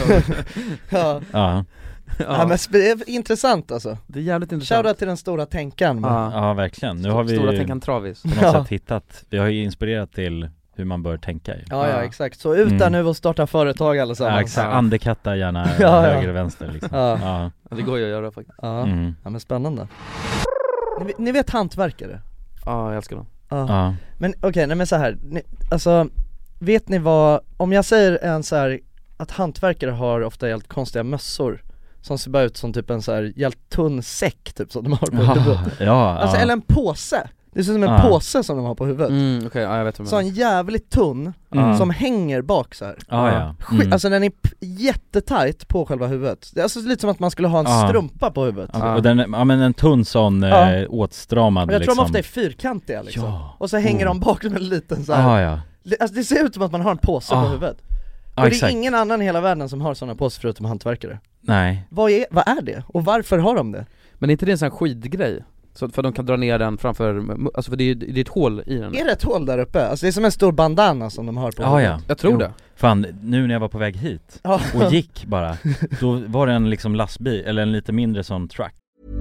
Ja, men det är intressant alltså. Det är jävligt intressant. Shoutout till den stora tänkaren. Ja, verkligen. Nu har vi stora tänkaren Travis på något sätt hittat. Vi har ju inspirerat till hur man bör tänka. Ja, exakt. Så ut där nu och starta företag allesammans. Ja, exakt. Andekatta gärna höger och vänster liksom. Ja, det går ju att göra faktiskt. Ja, men spännande. Ni vet hantverkare? Ja, jag älskar dem. Men okej, nej men så här. Alltså, vet ni vad, om jag säger så här, att hantverkare har ofta helt konstiga mössor som ser bara ut som typ en så här helt tunn säck typ som de har på huvudet. Alltså eller en påse. Det ser ut som en påse som de har på huvudet. Okay, jag vet vad så en jävligt tunn som hänger bak så här. Alltså den är jättetajt på själva huvudet. Det är alltså lite som att man skulle ha en strumpa på huvudet. Och den, men en tunn sån åtstramad. Jag tror de ofta är fyrkantiga liksom. Och så hänger de bak med en liten så här. Alltså det ser ut som att man har en påse på huvudet. Och det är ingen annan i hela världen som har sådana påsar förutom hantverkare. Nej. Vad är det? Och varför har de det? Men är inte det en sån här skidgrej? Så för de kan dra ner den framför, alltså för det är ett hål i den. Är det ett hål där uppe? Alltså det är som en stor bandana som de har på. Ja. Jag tror det. Fan, nu när jag var på väg hit och gick bara, då var det en liksom lastbil, eller en lite mindre sån truck.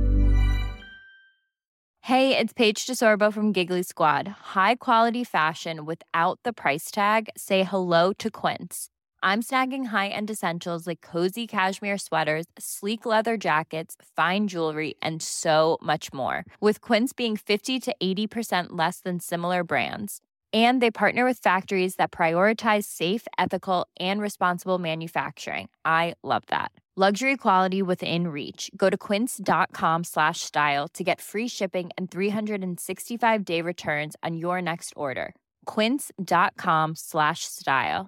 Hey, it's Paige DeSorbo from Giggly Squad. High quality fashion without the price tag. Say hello to Quince. I'm snagging high-end essentials like cozy cashmere sweaters, sleek leather jackets, fine jewelry, and so much more. With Quince being 50 to 80% less than similar brands. And they partner with factories that prioritize safe, ethical, and responsible manufacturing. I love that. Luxury quality within reach. Go to quince.com/style to get free shipping and 365-day returns on your next order. quince.com/style.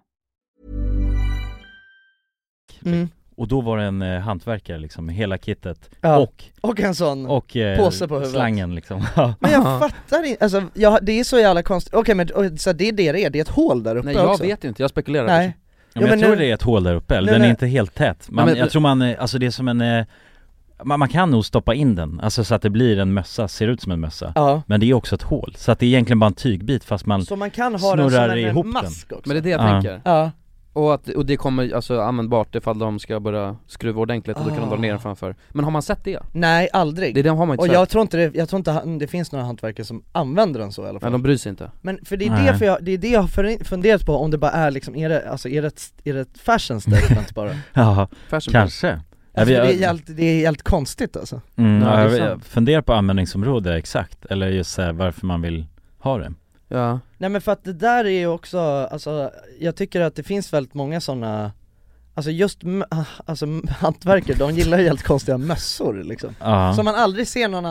Och då var det en hantverkare liksom, hela kittet och en sån påse på huvudet. Slangen liksom. Men jag fattar inte, alltså, det är så jävla konstigt. Okej, men så det är ett hål där uppe. Nej, jag också. vet inte, jag spekulerar. Nej. Men jag tror det är ett hål där uppe, eller den är inte helt tät. Jag tror alltså det är som en man kan nog stoppa in den, alltså så att det blir en mössa, ser ut som en mössa. Men det är också ett hål, så att det är egentligen bara en tygbit fast man så man kan ha den som en mask också. Men det är det jag tänker. Och det kommer alltså användbart ifall de ska börja skruva ordentligt och då kan de dra ner den framför. Men har man sett det? Nej, aldrig. Det har man inte och sett. jag tror inte det finns några hantverkare som använder den så i alla fall. Men de bryr sig inte. Men för det är det jag har funderat på, om det bara är liksom, är det ett fashion statement bara? Ja, kanske. Alltså, det är helt konstigt alltså. Jag funderar på användningsområde exakt, eller just så här, varför man vill ha det. Ja. Nej men för att det där är ju också, alltså jag tycker att det finns väldigt många sådana, alltså just hantverkare, de gillar ju helt konstiga mössor liksom. Som man aldrig ser någon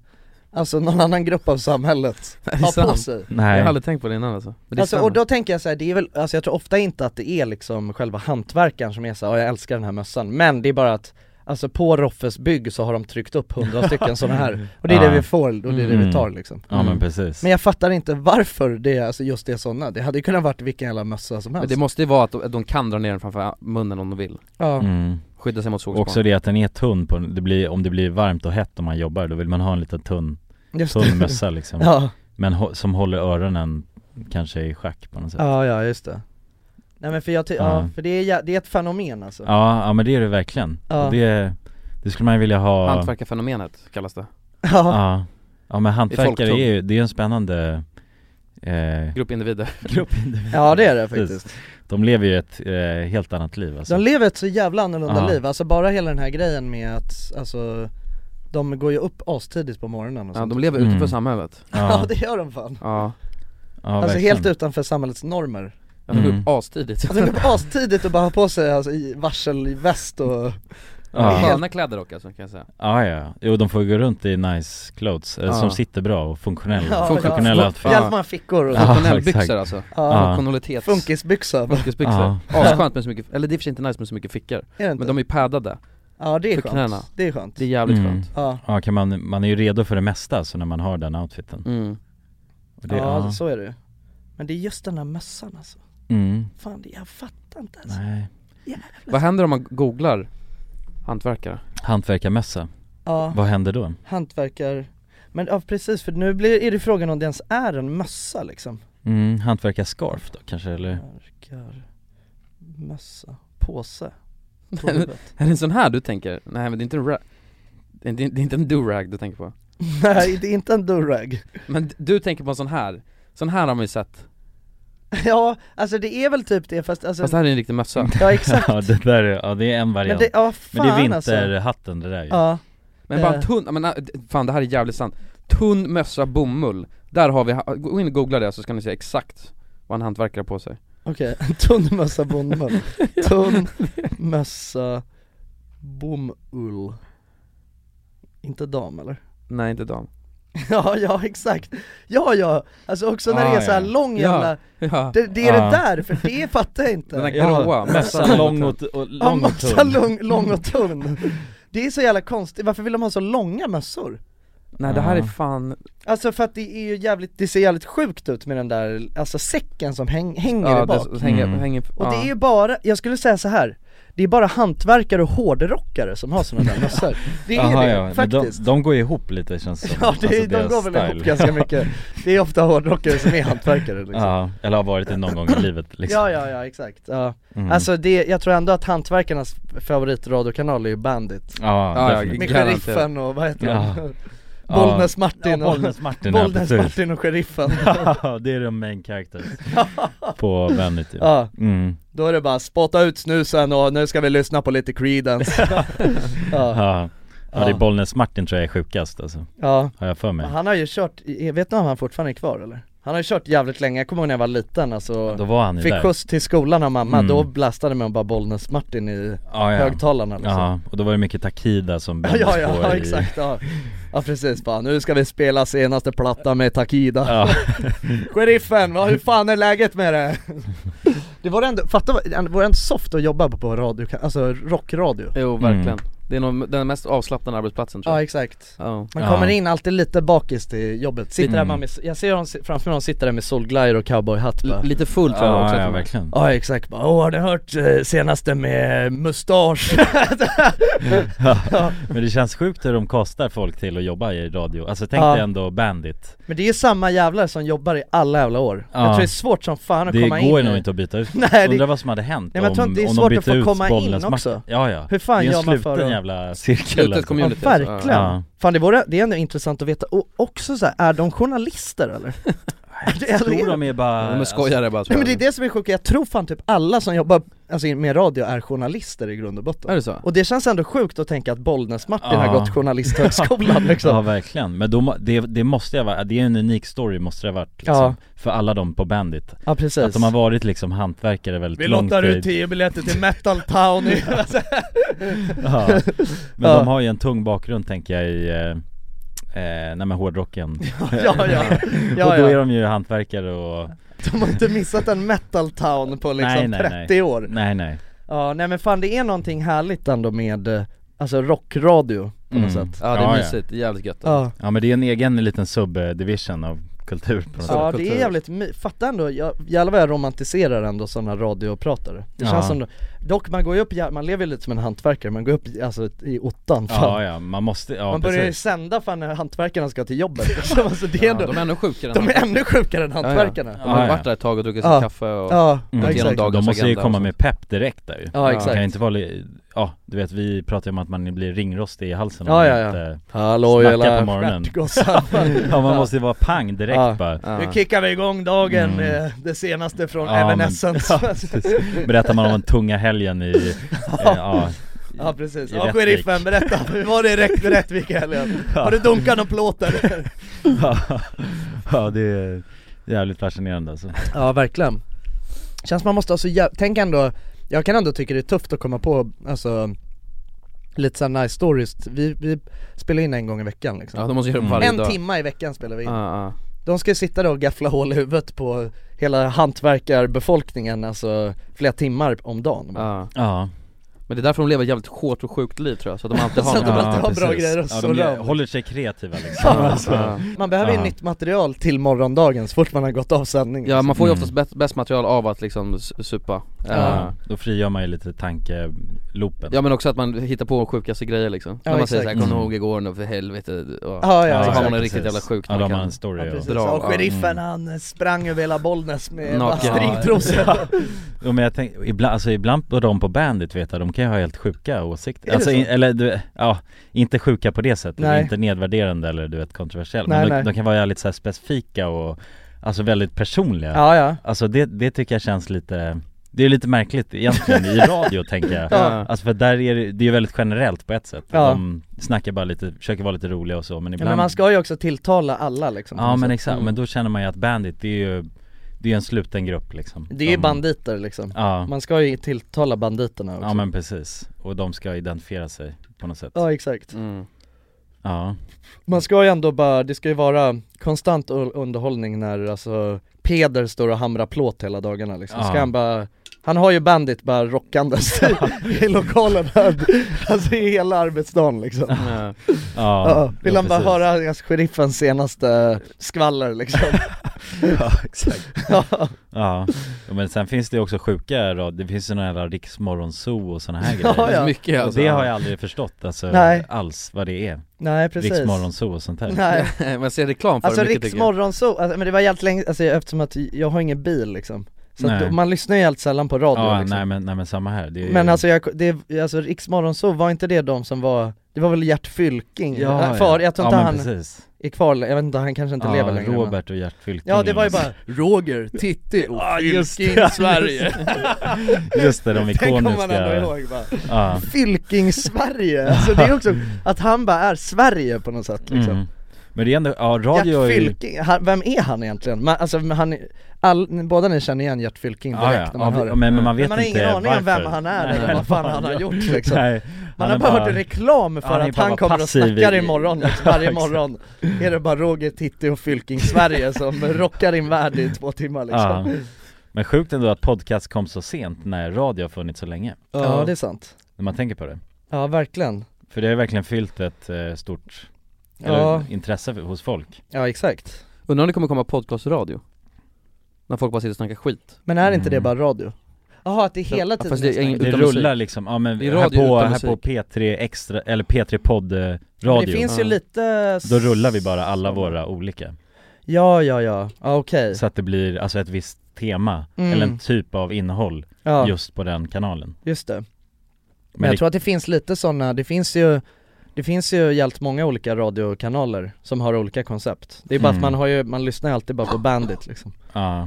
annan grupp av samhället ha på sig. Nej. Jag har aldrig tänkt på det innan alltså. Och då tänker jag så här, det är väl, alltså jag tror ofta inte att det är liksom själva hantverkaren som är så här, jag älskar den här mössan, men det är bara att alltså på Roffes bygg så har de tryckt upp 100 stycken sådana här. Och det är det vi får, och det är det vi tar liksom. Ja men precis. Men jag fattar inte varför det är, alltså just det är sådana. Det hade ju kunnat varit vilken jävla mössa som helst. Men det måste ju vara att de kan dra ner den framför munnen om de vill. Ja. Skydda sig mot solspån. Också det att den är tunn på, om det blir varmt och hett om man jobbar, då vill man ha en liten tunn mössa liksom. Ja. Men som håller öronen kanske i schack på något sätt. Ja, just det. Nej men för det är ett fenomen alltså. Ja men det är det verkligen. Ja. Och det skulle man ju vilja ha. Hantverkarfenomenet kallas det. Ja men hantverkare är ju en spännande gruppindivider. Ja det är det faktiskt. De lever ju ett helt annat liv alltså. De lever ett så jävla annorlunda liv. Alltså bara hela den här grejen med att alltså, de går ju upp astidigt på morgonen och sånt. De lever utanför samhället. Ja det gör de fan. Ja alltså verkligen. helt utanför samhällets normer. De går upp astidigt. De går upp astidigt och bara har på sig alltså, i varselväst och sköna kläder dock alltså, kan jag säga. Ja. Jo, de får gå runt i nice clothes som sitter bra och funktionella. Funktionella outfit. Jävligt många fickor och funktionella byxor alltså. Funktionalitet. Funkisbyxor. Skönt med så mycket, eller det är för sig inte nice med så mycket fickor. Men de är paddade. Ja det är skönt. Det är skönt. Det är jävligt skönt. Ja, kan man är ju redo för det mesta så när man har den outfiten. Och så är det. Men det är just den här mössan alltså. Fan, jag fattar inte alltså. Nej. Vad händer om man googlar hantverkare? Hantverkarmässa. Ja. Vad händer då? Men precis, för nu är det frågan om det ens är en mössa liksom. Hantverkarscarf då kanske, eller? Mössa, påse. Är det en sån här du tänker? Nej men det är inte en do-rag du tänker på. Nej, det är inte en do-rag. Men du tänker på en sån här. Sån här har man ju sett. Ja, alltså det är väl typ det, fast det här är en riktig mössa. Ja, exakt. Det där är, det är en variant. Men det är vinterhatten alltså. Det där ju. Ja. Men bara en tunn, fan det här är jävligt sant. Tunn mössa bomull. Där har vi, gå in och googla det så ska ni se exakt vad en hantverkare på sig. Okej, tunn mössa bomull. Tunn mössa bomull. Inte dam eller? Nej, inte dam. Ja, exakt. Ja, alltså också när det är så här lång jävla det är det där, för det fattar jag inte. Den där gråa, mässa lång och tunn. Lång och tunn. Det är så jävla konstigt, varför vill de ha så långa mössor? Nej, det här är fan. Alltså för att det är ju det ser jävligt sjukt ut med den där, alltså säcken som hänger i bak. Hänger, och det är ju bara, jag skulle säga så här. Det är bara hantverkare och hårdrockare som har såna där mössor. Det är faktiskt. De går ihop lite känns som. Ja, de går väl ihop ganska mycket. Det är ofta hårdrockare som är hantverkare liksom. Ja, eller har varit det någon gång i livet liksom. Ja, exakt. Ja. Alltså jag tror ändå att hantverkarnas favoritradiokanal är ju Bandit. Ja, med sheriffen och vad heter det? Bollnäs Martin och sheriffen. Ja, det är de main characters på Vanity. Ja. Då är det bara spotta ut snusen och nu ska vi lyssna på lite Creedence. Ja, det är Bollnäs Martin tror jag är sjukast alltså. Ja. Har jag för mig. Han har ju kört, jag vet inte om han fortfarande är kvar eller? Han har ju kört jävligt länge, jag kommer ihåg när jag var liten alltså. Då var han ju fick där. skjuts till skolan av mamma, då blastade man bara Bollnäs Martin i högtalarna liksom. Ja, och då var det mycket Takida som bändes på ja, exakt, ja precis, bara, nu ska vi spela senaste platta med Takida. Sheriffen, hur fan är läget med det? Det var ändå, fatta, det var ändå soft att jobba på radio, alltså rockradio. Jo, verkligen. Det är nog den mest avslappnande arbetsplatsen tror jag. Ja, exakt. Man kommer in alltid lite bakis till jobbet. Sitter där med, jag ser dem framför mig, sitter där med solglajjor och cowboyhatt. Lite full tror jag också. Ja, verkligen. Ja, exakt. Har ni hört senaste med mustasch? Men det känns sjukt hur de kostar folk till att jobba i radio. Alltså tänk dig ändå Bandit. Men det är ju samma jävlar som jobbar i alla jävla år. Jag tror det är svårt som fan att komma in. Det går ju nog inte att byta ut. Nej, undrar vad som hade hänt om det är om svårt de att få komma in också. Ja. Hur fan det är gör en man för sluten jävla cirkel. Ja, verkligen. Fan, det är ändå intressant att veta. Och också så här, är de journalister eller? Jag tror de är bara... De är skojare bara. Nej, men det är det som är sjukt. Jag tror fan typ alla som jobbar med radio är journalister i grund och botten. Är det så? Och det känns ändå sjukt att tänka att Bollnäs Martin har gått journalisthögskolan liksom. Ja, verkligen. Men det måste jag vara. Det är en unik story måste det ha varit liksom, för alla dem på Bandit. Ja, precis. Att de har varit liksom hantverkare väldigt långt. Vi lottar ut 10 biljetter till Metal Town. Men de har ju en tung bakgrund tänker jag i med hårdrocken. Och då är de ju hantverkare och... De har inte missat en Metal Town på liksom 30 år. Nej. Ja, nej men fan det är någonting härligt ändå med alltså rockradio på något sätt. Ja, det är mysigt, det är jävligt gött. Ja, men det är en egen liten subdivision av kultur på något sätt. Ja, det är jävligt fatta ändå, jävlar vad jag romantiserar ändå sådana radiopratare. Det känns som, dock man går ju upp, man lever lite som en hantverkare, man går upp alltså, i ottan fan. Ja, man måste, man börjar ju sända fan när hantverkarna ska till jobbet. Alltså, det är ändå, de är ännu sjukare. De är ännu sjukare än hantverkarna. De har varit där ett tag och druckit sin kaffe och exakt. De måste ju komma med pepp direkt där ju. Ja, exakt. Kan inte vara du vet, vi pratar ju om att man blir ringrostig i halsen om man inte snackar på morgonen. Ja, man måste ju vara pang direkt bara. Nu kickar vi igång dagen med det senaste från Evanescence. Berättar man om den tunga helgen i Ja, precis. Ja, sheriffen, berätta. Hur var det i Rättvik helgen? Har du dunkat någon plåt eller? Ja, det är jävligt fascinerande alltså. Ja, verkligen. Känns man måste alltså, tänk ändå, jag kan ändå tycka det är tufft att komma på alltså lite så nice stories. Vi spelar in en gång i veckan liksom. Ja, de måste göra varje dag. En timme i veckan spelar vi in. De ska sitta där och gaffla hål i huvudet på hela hantverkarbefolkningen alltså flera timmar om dagen. Ja. Men det är därför de lever jävligt hårt och sjukt liv tror jag. Så att de alltid har, bra grejer och så de håller sig kreativa liksom. Man behöver ju nytt material till morgondagen så fort man har gått av sändning. Ja, man får ju oftast bäst material av att liksom supa. Då frigör man ju lite tankeloopen. Ja, men också att man hittar på sjukaste grejer liksom. När man säger såhär, kom ihåg igår nu för helvete. Så har man en riktigt jävla sjukt. Ja, de har en story. Och sheriffen han sprang över hela Bollnäs med stringtrosor. Ja, men jag tänker, ibland på dem på Bandit vet jag, de kan ju ha helt sjuka åsikter. Alltså, inte sjuka på det sättet, inte nedvärderande eller du vet kontroversiella. Men de kan vara lite så här specifika och alltså väldigt personliga. Ja. Alltså det tycker jag känns lite... Det är lite märkligt egentligen i radio tänker jag. Alltså för där är det är väldigt generellt på ett sätt. De snackar bara lite, försöker vara lite roliga och så, men ibland... men man ska ju också tilltala alla liksom. Ja, men exakt, men då känner man ju att Bandit det är en sluten grupp liksom. Det är ju banditer liksom. Man ska ju tilltala banditerna också. Ja, men precis. Och de ska identifiera sig på något sätt. Ja, exakt. Ja. Man ska ju ändå bara, det ska ju vara konstant underhållning när alltså Peder står och hamrar plåt hela dagarna liksom. Ska han har ju Bandit bara rockandes i lokalen här, alltså i hela arbetsdagen liksom. Vill han bara höra sheriffens senaste skvaller liksom. Ja, exakt. Ja, men sen finns det också sjuka det finns ju några jävla Riksmorgonzoo och såna här grejer. Mycket, alltså. Det har jag aldrig förstått alltså, alls vad det är. Nej, precis. Riksmorgonzoo och sånt här. Nej. Man ser reklam för alltså, mycket. Riksmorgonzoo, alltså, men det var jävligt länge, alltså, eftersom att jag har ingen bil liksom. Så att man lyssnar ju helt sällan på radio liksom. Nej men samma här. Det är men alltså Riksmorgonzoo, var inte det de som var... Det var väl Gert Fylking? Jag tror inte han precis. Är kvar, jag vet inte, han kanske inte lever längre. Robert och Gert Fylking. Ja, det var ju bara Roger, Titti och Fylking Sverige. Just det, de ikoniska. Den kommer man ändå ihåg bara. Fylking Sverige, alltså det är också att han bara är Sverige på något sätt liksom. Men det är ändå, radio Gert Fylking, vem är han egentligen? Båda ni känner igen Gert Fylking direkt när man hör det. Men man vet inte ingen aning om vem han är eller vad fan han har gjort liksom. Nej, man har bara hört reklam för att han kommer och snackar imorgon liksom. Varje morgon är det bara Roger, Titti och Fylking Sverige som rockar in värld i 2 timmar liksom. Men sjukt ändå att podcast kom så sent när radio har funnits så länge. Ja, det är sant. När man tänker på det. Ja, verkligen. för det har verkligen fyllt ett stort intresse hos folk. Ja, exakt. Undrar om det kommer komma podcastradio? När folk bara sitter och snackar skit. Men är inte det bara radio? Jaha, att det är hela tiden det rullar liksom, ja men här på P3 Extra, eller P3 podd radio. Det finns ju lite... Då rullar vi bara alla våra olika. Ja, okej. Så att det blir alltså ett visst tema, eller en typ av innehåll just på den kanalen. Just det. Men jag tror att det finns lite sådana, det finns ju jävligt många olika radiokanaler som har olika koncept. Det är bara att man lyssnar alltid bara på Bandit liksom. Ja.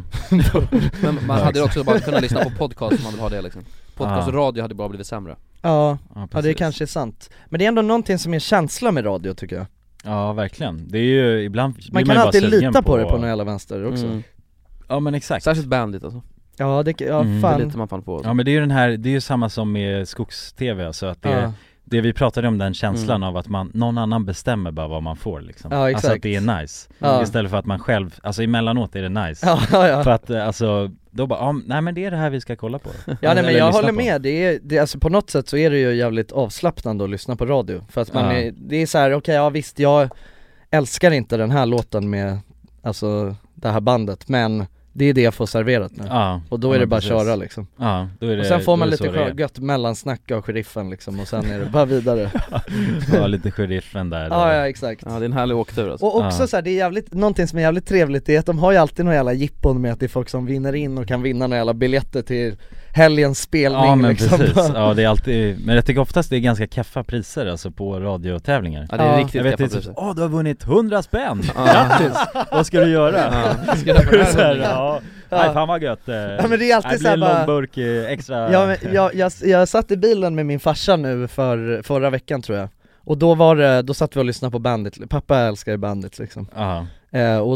Men man hade också bara kunnat lyssna på podcast om man vill ha det liksom. Podcast och radio hade bara blivit sämre. Ja, det är kanske sant. Men det är ändå någonting som är känsla med radio tycker jag. Ja, verkligen. Det är ju ibland man kan alltid lita på det på någon jävla vänster också. Ja, men exakt. Särskilt Bandit alltså. Ja, fan. Det litar man fan på. Ja, men det är ju det är ju samma som med skogs-tv, alltså att det vi pratade om, den känslan av att någon annan bestämmer bara vad man får liksom. Ja, exakt. Alltså att det är nice. Istället för att man själv, alltså emellanåt är det nice. Ja. För att alltså, då bara, nej men det är det här vi ska kolla på. Ja, nej men jag håller med, det är alltså på något sätt så är det ju jävligt avslappnande att lyssna på radio. För att det är så här, okej, visst, jag älskar inte den här låten med, alltså det här bandet, men det är det jag får serverat nu. Och då är det bara att köra liksom. Då är det, och sen får man lite gött mellansnack av sheriffen liksom. Och sen är det bara vidare. Ja, lite sheriffen där. Ja, exakt. Ja, det är en härlig åktur alltså. Och också så här, det är jävligt, någonting som är jävligt trevligt är att de har ju alltid några jävla jippon med att det är folk som vinner in och kan vinna några jävla biljetter till helgens spelning. Ja, men liksom. precis. Ja, det är alltid, men jag tycker oftast det är ganska keffa priser alltså på radiotävlingar. Ja, det är riktigt keffa priser. Du har vunnit 100 spänn. Grattis. Vad ska du göra? Ska jag på det här? Nej, fan vad gött. Ja, men det är alltid så här en lång burk extra. Ja, men jag satt i bilen med min farsa nu förra veckan tror jag. Och då satt vi och lyssnade på Bandit. Pappa älskar ju Bandit liksom. Och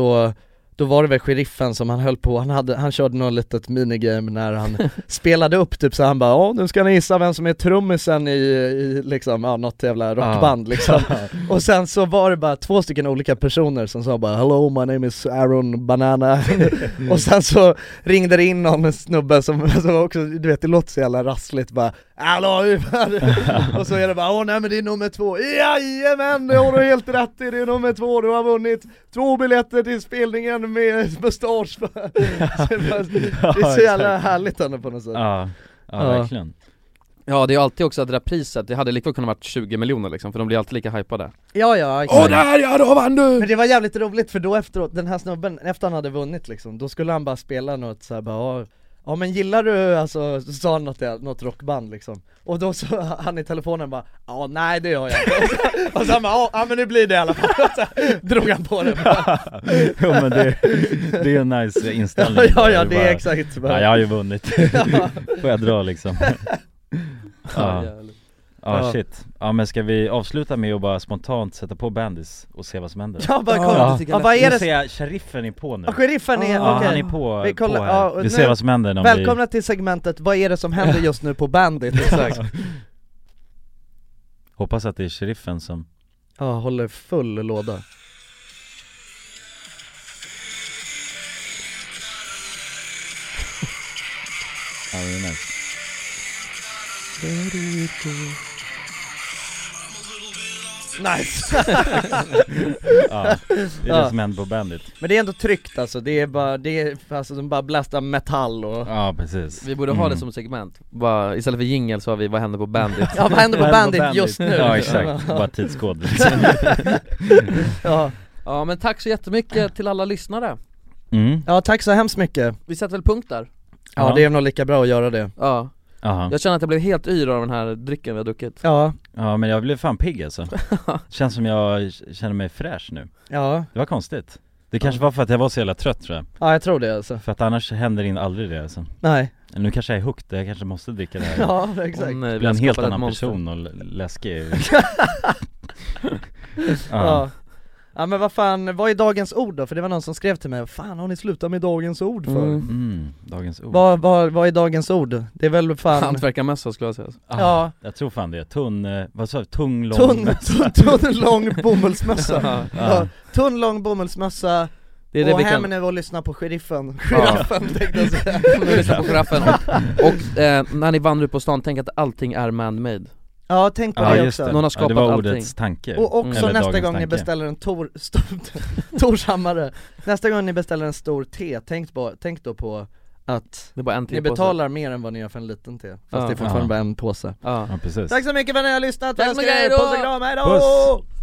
då var det väl sheriffen som han höll på. Han körde något litet minigame när han spelade upp typ så han bara, nu ska ni gissa vem som är trummisen i liksom, något jävla rockband liksom. Och sen så var det bara 2 stycken olika personer som sa bara, hello, my name is Aaron Banana. Och sen så ringde det in någon snubbe som också, du vet, det låter så jävla rassligt bara, hallå. Och så är det bara, nej men det är nummer 2. Jajamän, det har du helt rätt i, det är nummer 2. Du har vunnit 2 biljetter till spelningen med mustasch. Det är så jävla härligt ändå på något sätt. Ja, verkligen. Ja, det är alltid också att det där priset, det hade lika kunnat varit 20 miljoner liksom, för de blir alltid lika hypade. Ja, exakt. Då vann du! Men det var jävligt roligt, för då efteråt, den här snubben, efter han hade vunnit liksom, då skulle han bara spela något så här, bara, ja men gillar du, alltså, så sa han något rockband liksom. Och då så han i telefonen bara, nej det gör jag inte. Och så han bara, ja men det blir det i alla fall. Så drog han på det. Jo men det är en nice inställning. Ja, det är exakt. Ja, jag har ju vunnit. Får jag dra liksom. Ja, shit. Ja, men ska vi avsluta med att bara spontant sätta på Bandis och se vad som händer? Ja, bara kolla. Vad är det? Säga, sheriffen är på nu. Sheriffen är, okej. Han är på, vi kollar, på vi ser vad som händer. Välkomna till segmentet, vad är det som händer just nu på Bandit? Exakt. Hoppas att det är sheriffen som håller full låda. Ja, det är nice. Nice. Det är det som händer på Bandit. Men det är ändå tryggt alltså. Det är bara, alltså de bara blastar metall och... Ja, precis. Vi borde ha det som segment. Bara, istället för jingle så har vi, vad händer på Bandit? Ja, vad händer på Bandit just nu? Ja, exakt. Bara tidskod. Ja, men tack så jättemycket till alla lyssnare. Ja, tack så hemskt mycket. Vi sätter väl punkt där. Ja, det är nog lika bra att göra det. Ja. Aha. Jag känner att jag blev helt yr av den här drycken vi har druckit. Ja, men jag blev fan pigg alltså. Känns som jag känner mig fräsch nu. Ja. Det var konstigt. Det kanske var för att jag var så jävla trött tror jag. Ja, jag tror det alltså. För att annars händer aldrig det alltså. Nej. Nu kanske jag är hooked, jag kanske måste dricka det här. Ja, exakt. Det blir en helt annan person och läskig. Ja, men vad fan, vad är dagens ord då? För det var någon som skrev till mig, fan har ni slutat med dagens ord för? Dagens ord. Vad är dagens ord? Det är väl fan... Hantverkarmässa skulle jag säga. Ja. Jag tror fan det. Vad sa du? Tunnlång bomullsmössa. Tunnlång bomullsmössa. Det är det och vi hem kan... nu och lyssna på sheriffen. Sheriffen tänkte jag säga. Lyssna på sheriffen. Och när ni vandrar upp på stan, tänk att allting är man-made. Ja, tänk på det också. Någon har skapat det var allting. ordets tanke. Och också nästa gång ni beställer en Tors hammare. Nästa gång ni beställer en stor te, tänk då på att det är bara en ni betalar mer än vad ni gör för en liten te. Fast det är fortfarande bara en påse. Ja, precis. Tack så mycket för att ni har lyssnat. Tack så mycket, puss och kram, hejdå!